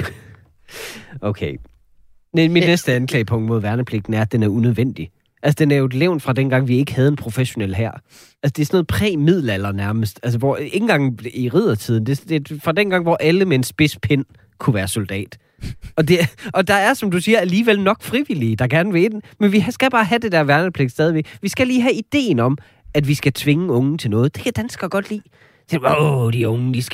Okay. Min næste anklagepunkt mod værnepligten er, at den er unødvendig. Altså, den er jo et levn fra dengang, vi ikke havde en professionel hær. Altså, det er sådan noget præ-middelalder nærmest. Altså, hvor ikke engang i riddertiden. Det er fra dengang, hvor alle med en spidspind kunne være soldat. Og der er, som du siger, alligevel nok frivillige, der gerne vil ind. Men vi skal bare have det der værnepligt stadigvæk. Vi skal lige have ideen om, at vi skal tvinge unge til noget. Det kan danskere godt lide. De unge, de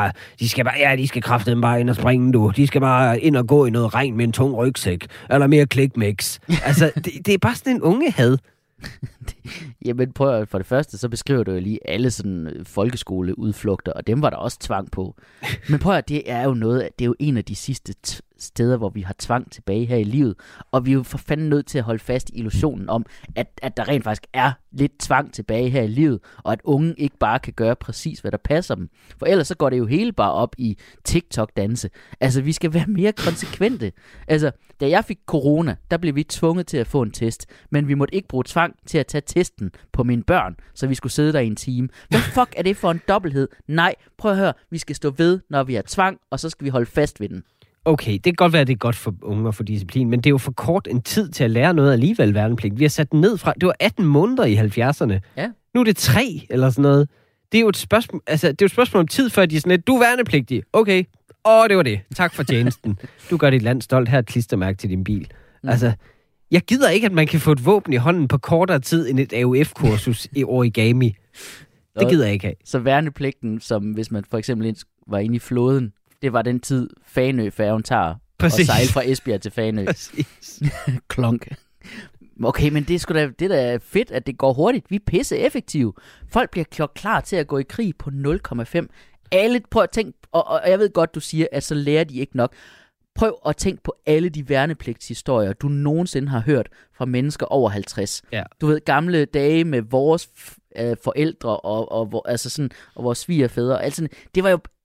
skal kraftedeme bare ind og springe, du. De skal bare ind og gå i noget regn med en tung rygsæk. Eller mere klikmix. Altså, det er bare sådan en ungehad. Jamen prøv for det første, så beskriver du jo lige alle sådan folkeskoleudflugter, og dem var der også tvang på. Men prøv at det er jo en af de sidste steder, hvor vi har tvang tilbage her i livet, og vi er jo for fanden nødt til at holde fast i illusionen om, at der rent faktisk er lidt tvang tilbage her i livet, og at unge ikke bare kan gøre præcis, hvad der passer dem. For ellers så går det jo hele bare op i TikTok-danse. Altså, vi skal være mere konsekvente. Altså, da jeg fik corona, der blev vi tvunget til at få en test, men vi måtte ikke bruge tvang til at tage testen på mine børn, så vi skulle sidde der i en time. Hvad fuck er det for en dobbelthed? Nej, prøv at høre, vi skal stå ved, når vi har tvang, og så skal vi holde fast ved den. Okay, det kan godt være, at det er godt for unge og for disciplin, men det er jo for kort en tid til at lære noget alligevel værnepligt. Vi har sat den ned fra, det var 18 måneder i 70'erne. Ja. Nu er det 3 eller sådan noget. Det er jo et spørgsmål, om tid, før de er sådan lidt, du er værnepligtig. Okay, det var det. Tak for tjenesten. Du gør dit land stolt. Her et klistermærke til din bil. Altså, jeg gider ikke, at man kan få et våben i hånden på kortere tid end et AUF-kursus i origami. Det gider jeg ikke have. Så værnepligten, som hvis man for eksempel var inde i flåden, det var den tid, Fanø-færgen tager og sejle fra Esbjerg til Fanø. Præcis. Klonk. Okay, men det er da fedt, at det går hurtigt. Vi er pisse effektive. Folk bliver gjort klar til at gå i krig på 0,5. Alle, prøv at tænke, og jeg ved godt, du siger, at så lærer de ikke nok. Prøv at tænke på alle de værnepligtshistorier, du nogensinde har hørt fra mennesker over 50. Ja. Du ved, gamle dage med vores forældre og vores svigerfædre. Altså, det var jo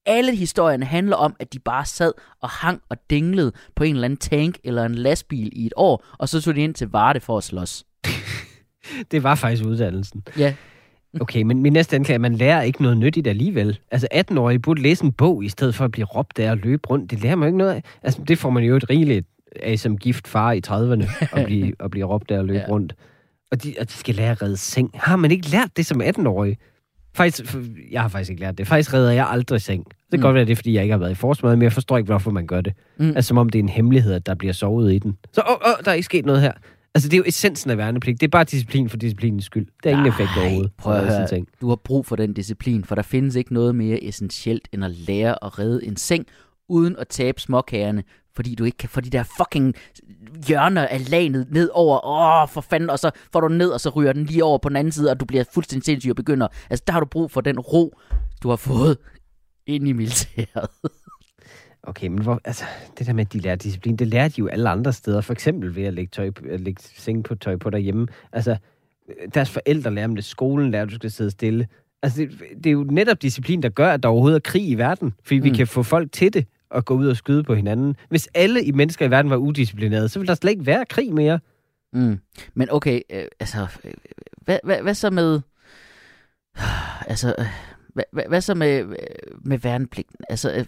alle historierne handler om, at de bare sad og hang og dinglede på en eller anden tank eller en lastbil i et år, og så tog de ind til Varde for at slås. Det var faktisk uddannelsen. Ja. Okay, men min næste anklage, man lærer ikke noget nyttigt alligevel. Altså 18-årige burde læse en bog, i stedet for at blive råbt der og løbe rundt. Det lærer man jo ikke noget af. Altså det får man jo et rigeligt af som gift far i 30'erne, at blive råbt der og løbe rundt. Og de skal lære at redde seng. Har man ikke lært det som 18-årig? Faktisk, jeg har faktisk ikke lært det. Faktisk redder jeg aldrig seng. Det kan godt være, det er, fordi jeg ikke har været i forsvaret, men jeg forstår ikke, hvorfor man gør det. Altså som om det er en hemmelighed, at der bliver sovet i den. Så der er ikke sket noget her. Altså, det er jo essensen af værnepligt. Det er bare disciplin for disciplinens skyld. Der er ingen effekt overhovedet. Prøv at høre. Du har brug for den disciplin, for der findes ikke noget mere essentielt, end at lære at redde en seng, uden at tabe småkagerne, fordi du ikke kan få de der fucking hjørner af laget ned over. For fanden, og så får du den ned, og så ryger den lige over på den anden side, og du bliver fuldstændig sindssyg og begynder. Altså, der har du brug for den ro, du har fået ind i militæret. Okay, men det der med, at de lærer disciplin, det lærer de jo alle andre steder. For eksempel ved at lægge seng på tøj på derhjemme. Altså, deres forældre lærer dem det, skolen lærer, at du skal sidde stille. Altså, det er jo netop disciplin, der gør, at der overhovedet er krig i verden. Fordi vi kan få folk til det og gå ud og skyde på hinanden. Hvis alle i mennesker i verden var udisciplinerede, så ville der slet ikke være krig mere. Men okay, hvad så med... Altså, hvad så med værnepligten? Altså...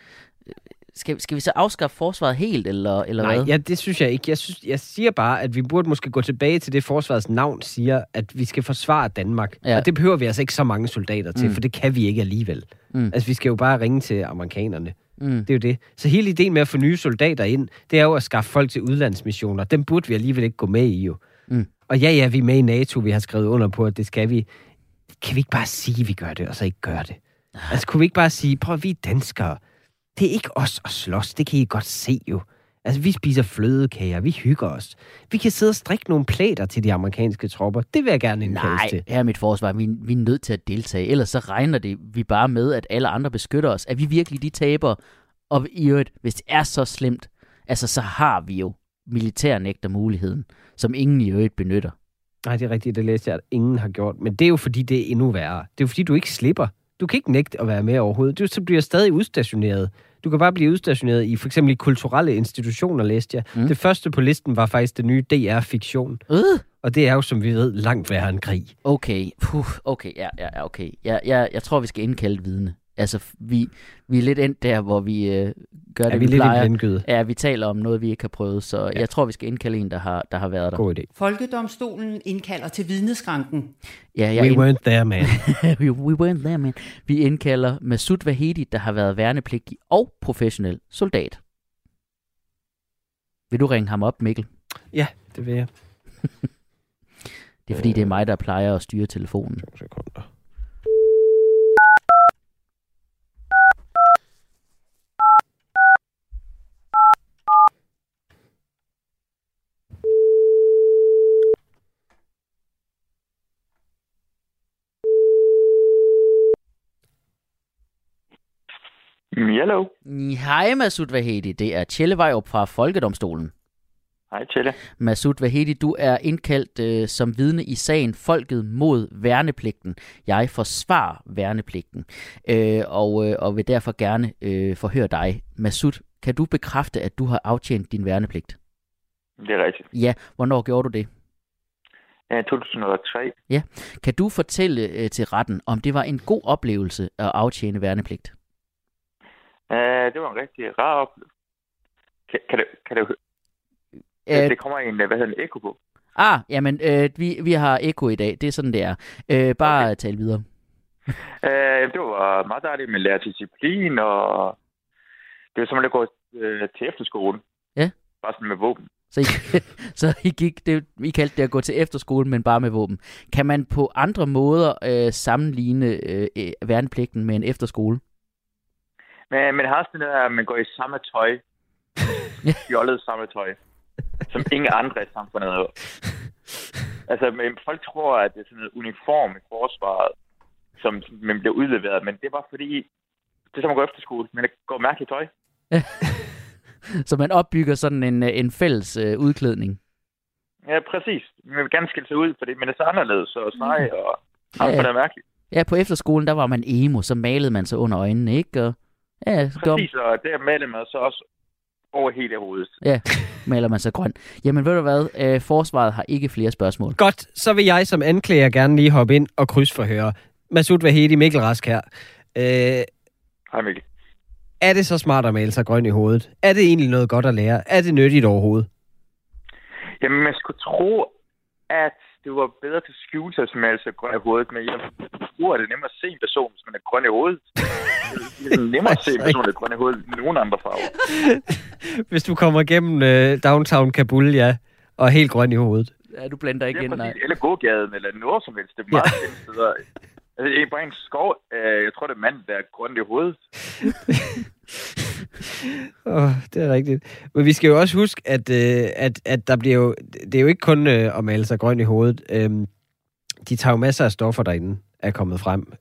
Skal vi så afskaffe forsvaret helt, eller Nej, hvad? Ja, det synes jeg ikke. Jeg siger bare, at vi burde måske gå tilbage til det, forsvarets navn siger, at vi skal forsvare Danmark. Ja. Og det behøver vi altså ikke så mange soldater til, for det kan vi ikke alligevel. Altså, vi skal jo bare ringe til amerikanerne. Det er jo det. Så hele ideen med at få nye soldater ind, det er jo at skaffe folk til udlandsmissioner. Dem burde vi alligevel ikke gå med i, jo. Og ja, vi er med i NATO, vi har skrevet under på, at det skal vi. Kan vi ikke bare sige, at vi gør det, og så ikke gøre det? Altså, kunne vi ikke bare sige, prøv, vi er danskere. Det er ikke os at slås, det kan I godt se jo. Altså, vi spiser flødekager, vi hygger os. Vi kan sidde og strikke nogle plader til de amerikanske tropper. Det vil jeg gerne indkaldes til. Nej, her er mit forsvar. Vi er nødt til at deltage. Ellers så regner vi bare med, at alle andre beskytter os. Er vi virkelig de tabere? Og i øvrigt, hvis det er så slemt, altså så har vi jo militærnægter muligheden, som ingen i øvrigt benytter. Nej, det er rigtigt, det læste jeg, at ingen har gjort. Men det er jo fordi, det er endnu værre. Det er jo fordi, du ikke slipper. Du kan ikke nægte at være med overhovedet. Du bliver stadig udstationeret. Du kan bare blive udstationeret i for eksempel i kulturelle institutioner, læste jeg. Det første på listen var faktisk det nye DR-fiktion. Og det er jo, som vi ved, langt værre end krig. Okay, okay, okay. Jeg tror, vi skal indkalde vidne. Altså, vi er lidt endt der, hvor vi gør det, vi plejer. Lidt ja, vi taler om noget, vi ikke har prøvet, så jeg tror, vi skal indkalde en, der har været der. God idé. Folkedomstolen indkalder til vidneskranken. Ja, we weren't there, man. We weren't there, man. Vi indkalder Masoud Vahedi, der har været værnepligtig og professionel soldat. Vil du ringe ham op, Mikkel? Ja, det vil jeg. Det er fordi, det er mig, der plejer at styre telefonen. 2 sekunder. Hallo. Hej Masoud Vahedi, det er Tjelle Vejrup fra Folkedomstolen. Hej Tjelle. Masoud Vahedi, du er indkaldt som vidne i sagen Folket mod værnepligten. Jeg forsvarer værnepligten, og vil derfor gerne forhøre dig. Masoud, kan du bekræfte, at du har aftjent din værnepligt? Det er rigtigt. Ja, hvornår gjorde du det? 2003. Ja, kan du fortælle til retten, om det var en god oplevelse at aftjene værnepligt? Det var en rigtig rar oplevelse. Kan du det kommer en ekko på. Jamen, vi har ekko i dag. Det er sådan, det er. Bare okay. Tal videre. Det var meget dejligt med lære disciplin, og det var som at gå til efterskole. Ja. Bare sådan med våben. Så I kaldte det at gå til efterskole, men bare med våben. Kan man på andre måder sammenligne værnepligten med en efterskole? Men har også det der, at man går i samme tøj. Fjollet samme tøj. Som ingen andre i samfundet har. Altså, folk tror, at det er sådan en uniform i forsvaret, som man bliver udleveret, men det er bare fordi, det er som at gå efter skole, men det går mærkeligt tøj. Så man opbygger sådan en fælles udklædning? Ja, præcis. Man vil gerne skille sig ud, fordi man er så anderledes og snej, og det er mærkeligt. Ja, på efterskolen, der var man emo, så malede man sig under øjnene, ikke? Og Ja, præcis, og der maler man så også over hele hovedet. Ja, maler man så grøn. Jamen ved du hvad, forsvaret har ikke flere spørgsmål. Godt, så vil jeg som anklager gerne lige hoppe ind og krydsforhøre. Masud Vahedi, Mikkel Rask her. Hej Mikkel. Er det så smart at male sig grøn i hovedet? Er det egentlig noget godt at lære? Er det nyttigt overhovedet? Jamen, man skulle tro, at det var bedre til at skjule sig, som altså grøn i hovedet, men jeg tror, at det er nemmere at se en person, hvis man er grøn i hovedet. Det er nemmere at se en person, der er grøn i hovedet, end nogen andre farver. Hvis du kommer igennem downtown Kabul, ja, og er helt grøn i hovedet. Ja, du blender ikke ind, nej. Eller gågaden, eller noget som helst. Det er meget sjældent steder. Altså, det er bare en skov. Jeg tror, det er manden, der er grøn i hovedet. Det er rigtigt. Men vi skal jo også huske, at der bliver jo... Det er jo ikke kun at male sig grøn i hovedet. De tager jo masser af stoffer derinde, er kommet frem.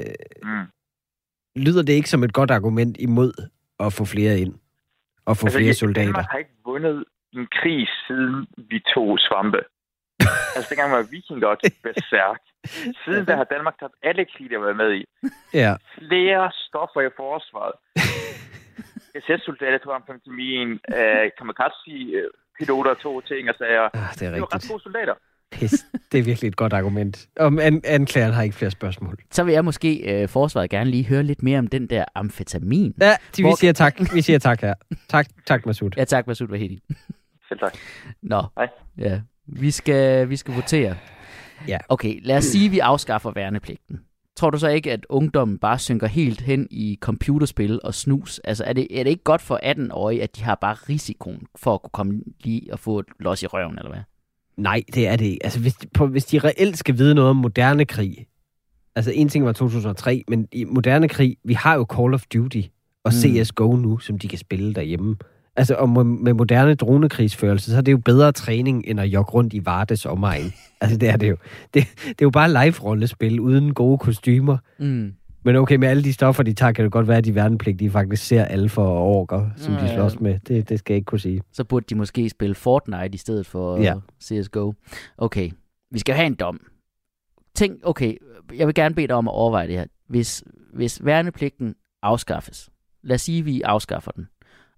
Lyder det ikke som et godt argument imod at få flere ind? Og få flere soldater? Danmark har ikke vundet en krig, siden vi tog svampe. Altså, dengang var viking godt besærk. Siden da har Danmark taget alle krige, der har været med i. Ja. Flere stoffer i forsvaret. SS-soldater tog amfetamin, kamikaze-piloter tog ting og sager. Det er rigtigt. Det var ret gode soldater. Pis. Det er virkelig et godt argument. Om anklageren har ikke flere spørgsmål. Så vil jeg måske forsvaret gerne lige høre lidt mere om den der amfetamin. Ja, vi siger tak. Vi siger tak her. Tak Masud. Ja, tak Masud Vahedi. Selv tak. Nå, hej. Ja. Vi skal votere. Ja. Okay, lad os sige, at vi afskaffer værnepligten. Tror du så ikke, at ungdommen bare synker helt hen i computerspil og snus? Altså, er det ikke godt for 18-årige, at de har bare risikoen for at kunne komme lige og få et los i røven, eller hvad? Nej, det er det ikke. Altså, hvis de reelt skal vide noget om moderne krig, altså en ting var 2003, men i moderne krig, vi har jo Call of Duty og CSGO nu, som de kan spille derhjemme. Altså, og med moderne dronekrigsførelse, så er det jo bedre træning, end at jogge rundt i Vardes omegn. Altså, det er det jo. Det er jo bare live-rollespil uden gode kostymer. Men okay, med alle de stoffer, de tager, kan det godt være, at de værnepligtige faktisk ser alfa og orker, som de slås med. Det skal jeg ikke kunne sige. Så burde de måske spille Fortnite i stedet for CSGO. Okay, vi skal have en dom. Tænk, okay, jeg vil gerne bede dig om at overveje det her. Hvis værnepligten afskaffes, lad os sige, at vi afskaffer den,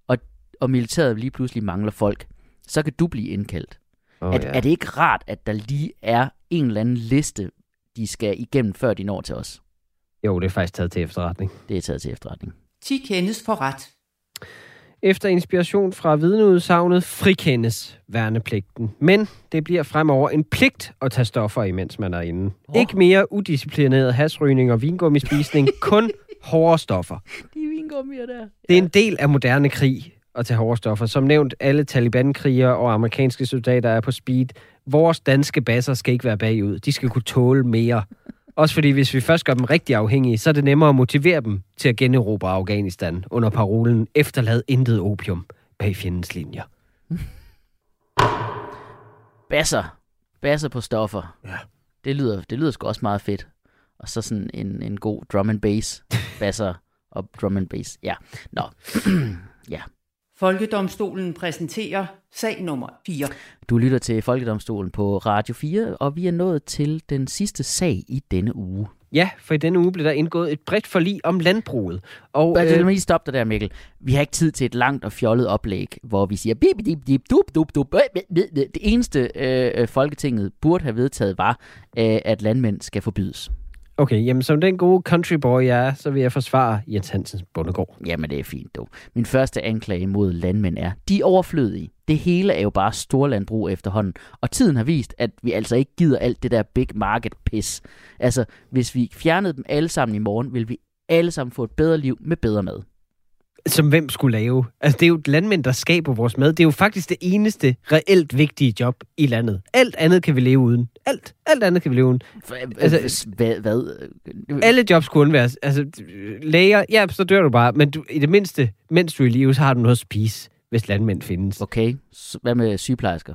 og militæret lige pludselig mangler folk, så kan du blive indkaldt. Er det ikke rart, at der lige er en eller anden liste, de skal igennem, før de når til os? Jo, det er faktisk taget til efterretning. Det er taget til efterretning. 10 kendes for ret. Efter inspiration fra vidneudsagnet frikendes værnepligten. Men det bliver fremover en pligt at tage stoffer, imens man er inde. Ikke mere udisciplineret hasrygning og vingummispisning, kun hårde stoffer. De vingummier der. Det er en del af moderne krig at tage hårde stoffer. Som nævnt, alle Taliban-krigere og amerikanske soldater er på speed. Vores danske basser skal ikke være bagud. De skal kunne tåle mere. Også fordi, hvis vi først gør dem rigtig afhængige, så er det nemmere at motivere dem til at generobre Afghanistan under parolen efterlad intet opium bag fjendens linjer. Basser på stoffer. Ja. Det lyder sgu også meget fedt. Og så sådan en god drum and bass. Basser og drum and bass. Ja. Nå. Ja. Folkedomstolen præsenterer sag nummer 4. Du lytter til Folkedomstolen på Radio 4, og vi er nået til den sidste sag i denne uge. Ja, for i denne uge blev der indgået et bredt forlig om landbruget. Og lad mig lige stoppe dig der, Mikkel. Vi har ikke tid til et langt og fjollet oplæg, hvor vi siger bip, dip, dip, dup, dup, dup. Det eneste Folketinget burde have vedtaget var, at landmænd skal forbydes. Okay, jamen som den gode countryboy jeg er, så vil jeg forsvare Jens Hansens bondegård. Jamen det er fint dog. Min første anklage mod landmænd er, de er overflødige. Det hele er jo bare storlandbrug efterhånden. Og tiden har vist, at vi altså ikke gider alt det der big market pis. Altså, hvis vi fjernede dem alle sammen i morgen, ville vi alle sammen få et bedre liv med bedre mad. Som hvem skulle lave? Altså, det er jo et landmænd, der skaber vores mad. Det er jo faktisk det eneste reelt vigtige job i landet. Alt andet kan vi leve uden. Alt andet kan vi leve uden. Altså, hvad? Alle jobs kunne undværes. Altså, læger, ja, så dør du bare. Men i det mindste, mens du er i live, så har du noget at spise, hvis landmænd findes. Okay. Hvad med sygeplejersker?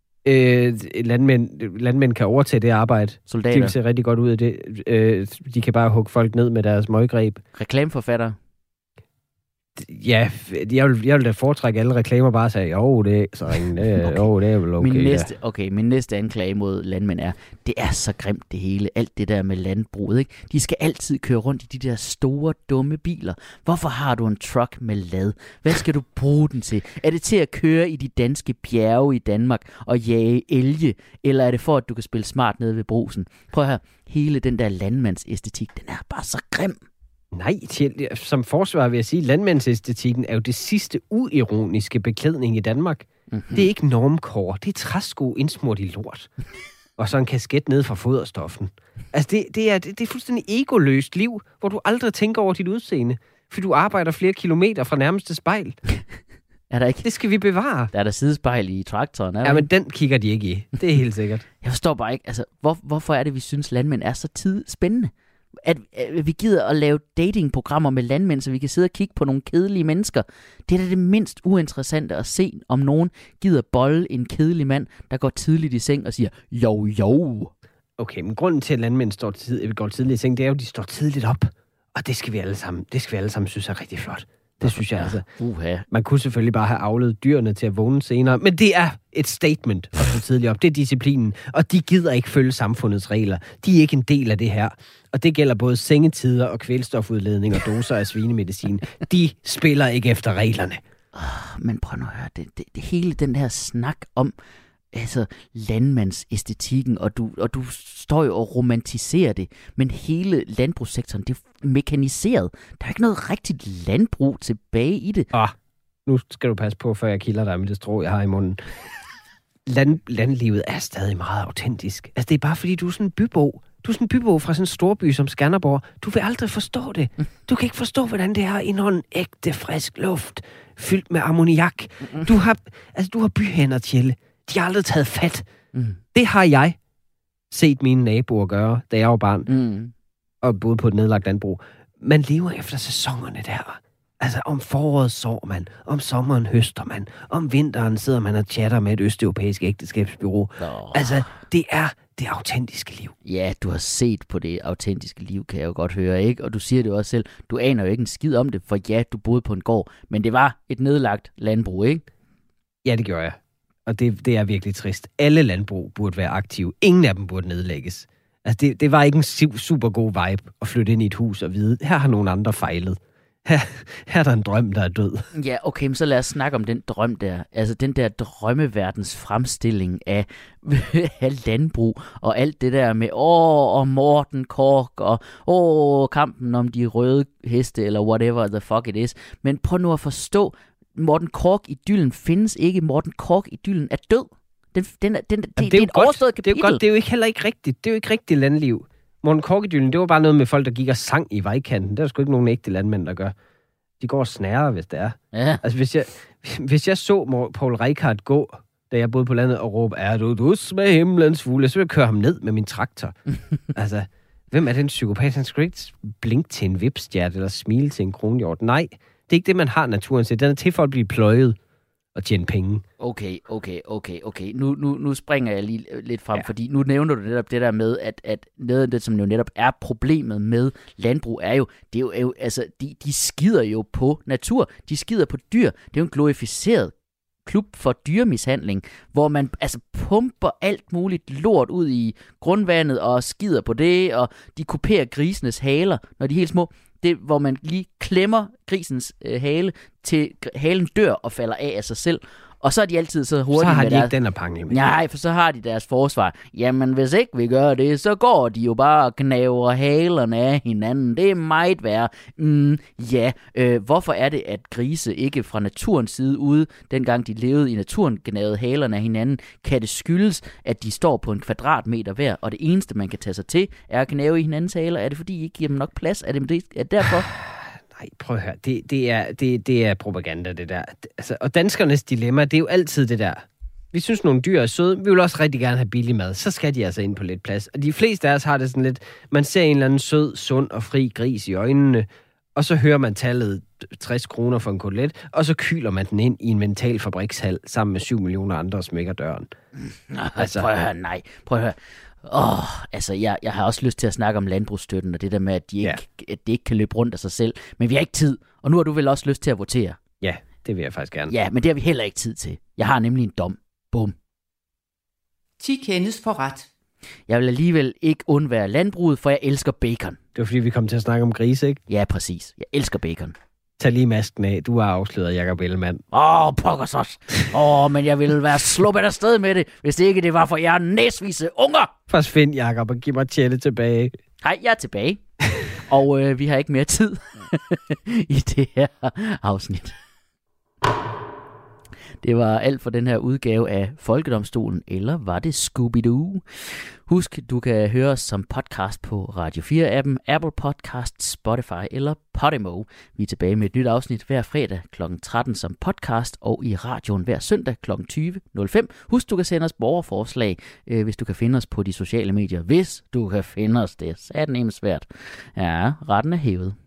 Landmænd kan overtage det arbejde. Soldater? De vil se rigtig godt ud af det. De kan bare hugge folk ned med deres møggreb. Reklameforfattere? Ja, jeg vil da foretrække alle reklamer bare sige, jo, det er så ringe, det er vel okay. Min næste anklage mod landmænd er, det er så grimt det hele, alt det der med landbruget, ikke? De skal altid køre rundt i de der store, dumme biler. Hvorfor har du en truck med lad? Hvad skal du bruge den til? Er det til at køre i de danske bjerge i Danmark og jage elge, eller er det for, at du kan spille smart nede ved brusen? Prøv at høre, hele den der landmandsæstetik, den er bare så grim. Nej, som forsvar vil jeg sige, at landmandsæstetikken er jo det sidste uironiske beklædning i Danmark. Mm-hmm. Det er ikke normkår, det er træsko indsmurt i lort. Og så en kasket ned fra foderstoffen. Altså, det er fuldstændig egoløst liv, hvor du aldrig tænker over dit udseende, for du arbejder flere kilometer fra nærmeste spejl. Er der ikke? Det skal vi bevare. Der er der sidespejl i traktoren. Ja, men den kigger de ikke i. Det er helt sikkert. Jeg forstår bare ikke, altså, hvorfor er det, vi synes, landmænd er så spændende? At vi gider at lave datingprogrammer med landmænd, så vi kan sidde og kigge på nogle kedelige mennesker. Det er da det mindst uinteressante at se, om nogen gider bolle en kedelig mand, der går tidligt i seng og siger, jo. Okay, men grunden til, at landmænd går tidligt i seng, det er jo, at de står tidligt op. Og det skal vi alle sammen synes er rigtig flot. Det synes jeg altså. Man kunne selvfølgelig bare have avlet dyrene til at vågne senere, men det er et statement at stå tidligt op. Det er disciplinen, og de gider ikke følge samfundets regler. De er ikke en del af det her. Og det gælder både sengetider og kvælstofudledning og doser af svinemedicin. De spiller ikke efter reglerne. Men prøv nu at høre, det hele den her snak om altså landmandsæstetikken, og du står jo og romantiserer det, men hele landbrugssektoren, det er mekaniseret. Der er ikke noget rigtigt landbrug tilbage i det. Nu skal du passe på, før jeg kilder dig med det strå, jeg har i munden. Landlivet er stadig meget autentisk. Altså, det er bare fordi, du er sådan en bybo. Du er sådan en bybo fra sådan en storby som Skanderborg. Du vil aldrig forstå det. Du kan ikke forstå, hvordan det er indholdet ægte, frisk luft, fyldt med ammoniak. Du har byhænder, Tjelle. De har aldrig taget fat. Det har jeg set mine naboer gøre, da jeg var barn, og boede på et nedlagt landbrug. Man lever efter sæsonerne der. Altså, om foråret sår man, om sommeren høster man, om vinteren sidder man og chatter med et østeuropæisk ægteskabsbureau. Altså, det er det autentiske liv. Ja, du har set på det autentiske liv, kan jeg jo godt høre, ikke? Og du siger det jo også selv, du aner jo ikke en skid om det, for ja, du boede på en gård, men det var et nedlagt landbrug, ikke? Ja, det gjorde jeg. Og det er virkelig trist. Alle landbrug burde være aktive. Ingen af dem burde nedlægges. Altså, det var ikke en super god vibe at flytte ind i et hus og vide, her har nogle andre fejlet. Her er der en drøm, der er død. Ja, okay, men så lad os snakke om den drøm der. Altså den der drømmeverdens fremstilling af landbrug, og alt det der med, og Morten Korch, og kampen om de røde heste, eller whatever the fuck it is. Men prøv nu at forstå, Morten Korch-idyllen findes ikke. Morten Korch-idyllen er død. Det er et overstået kapitel. Det er jo godt, det er jo heller ikke rigtigt. Det er jo ikke rigtigt landliv. Morten Korch-idyllen, det var bare noget med folk, der gik og sang i vejkanten. Der er sgu ikke nogen ægte landmænd, der gør. De går og snærer, hvis det er. Ja. Altså, hvis jeg så Paul Reichhardt gå, da jeg boede på landet, og råbe, er du dus med himlens fugle, så ville jeg køre ham ned med min traktor. Altså, hvem er den psykopat? Han skal ikke blinke til en vipstjert, eller smile til en kronhjort. Nej, det er ikke det, man har naturen til. Den er til for at blive pløjet og tjene penge. Okay. Nu springer jeg lige lidt frem, fordi nu nævner du netop det der med, at noget af det, som jo netop er problemet med landbrug, det er jo altså, de skider jo på natur, de skider på dyr. Det er jo en glorificeret klub for dyremishandling, hvor man altså pumper alt muligt lort ud i grundvandet og skider på det, og de kuperer grisenes haler, når de er helt små. Det, hvor man lige klemmer grisens hale, til halen dør og falder af sig selv. Og så er de altid så hurtige. Så har de ikke den at pange med. Nej, for så har de deres forsvar. Jamen, hvis ikke vi gør det, så går de jo bare og knaver halerne af hinanden. Det er meget værre. Hvorfor er det, at grise ikke fra naturens side ude, dengang de levede i naturen, gnavede halerne af hinanden? Kan det skyldes, at de står på en kvadratmeter hver, og det eneste, man kan tage sig til, er at gnave i hinandens haler? Er det, fordi I ikke giver dem nok plads? Er det derfor? Nej, prøv at høre. Det er propaganda, det der. Altså, og danskernes dilemma, det er jo altid det der. Vi synes, nogle dyr er søde. Vi vil også rigtig gerne have billig mad. Så skal de altså ind på lidt plads. Og de fleste af os har det sådan lidt, man ser en eller anden sød, sund og fri gris i øjnene, og så hører man tallet 60 kroner for en kotelet, og så kyler man den ind i en mental fabrikshal sammen med 7 millioner andre og smækker døren. Altså, prøv at høre. Jeg har også lyst til at snakke om landbrugsstøtten, og det der med, at det ikke kan løbe rundt af sig selv. Men vi har ikke tid, Og nu har du vel også lyst til at votere? Ja, det vil jeg faktisk gerne. Ja, men det har vi heller ikke tid til. Jeg har nemlig en dom. Bum. 10 kendes for ret. Jeg vil alligevel ikke undvære landbruget, for jeg elsker bacon. Det var fordi, vi kom til at snakke om grise, ikke? Ja, præcis. Jeg elsker bacon. Tag lige masken af. Du har afsløret Jakob Ellemann. Pokkers også. Men jeg ville være sluppet afsted med det, hvis det ikke det var for jer næsvise unger. Forsvind, Jakob, og giv mig Tjelle tilbage. Hej, jeg er tilbage. Og vi har ikke mere tid i det her afsnit. Det var alt for den her udgave af Folkedomstolen, eller var det Scooby-Doo? Husk, du kan høre os som podcast på Radio 4-appen, Apple Podcasts, Spotify eller Podimo. Vi er tilbage med et nyt afsnit hver fredag kl. 13 som podcast, og i radioen hver søndag kl. 20.05. Husk, du kan sende os borgerforslag, hvis du kan finde os på de sociale medier. Hvis du kan finde os, det er satme svært. Ja, retten er hævet.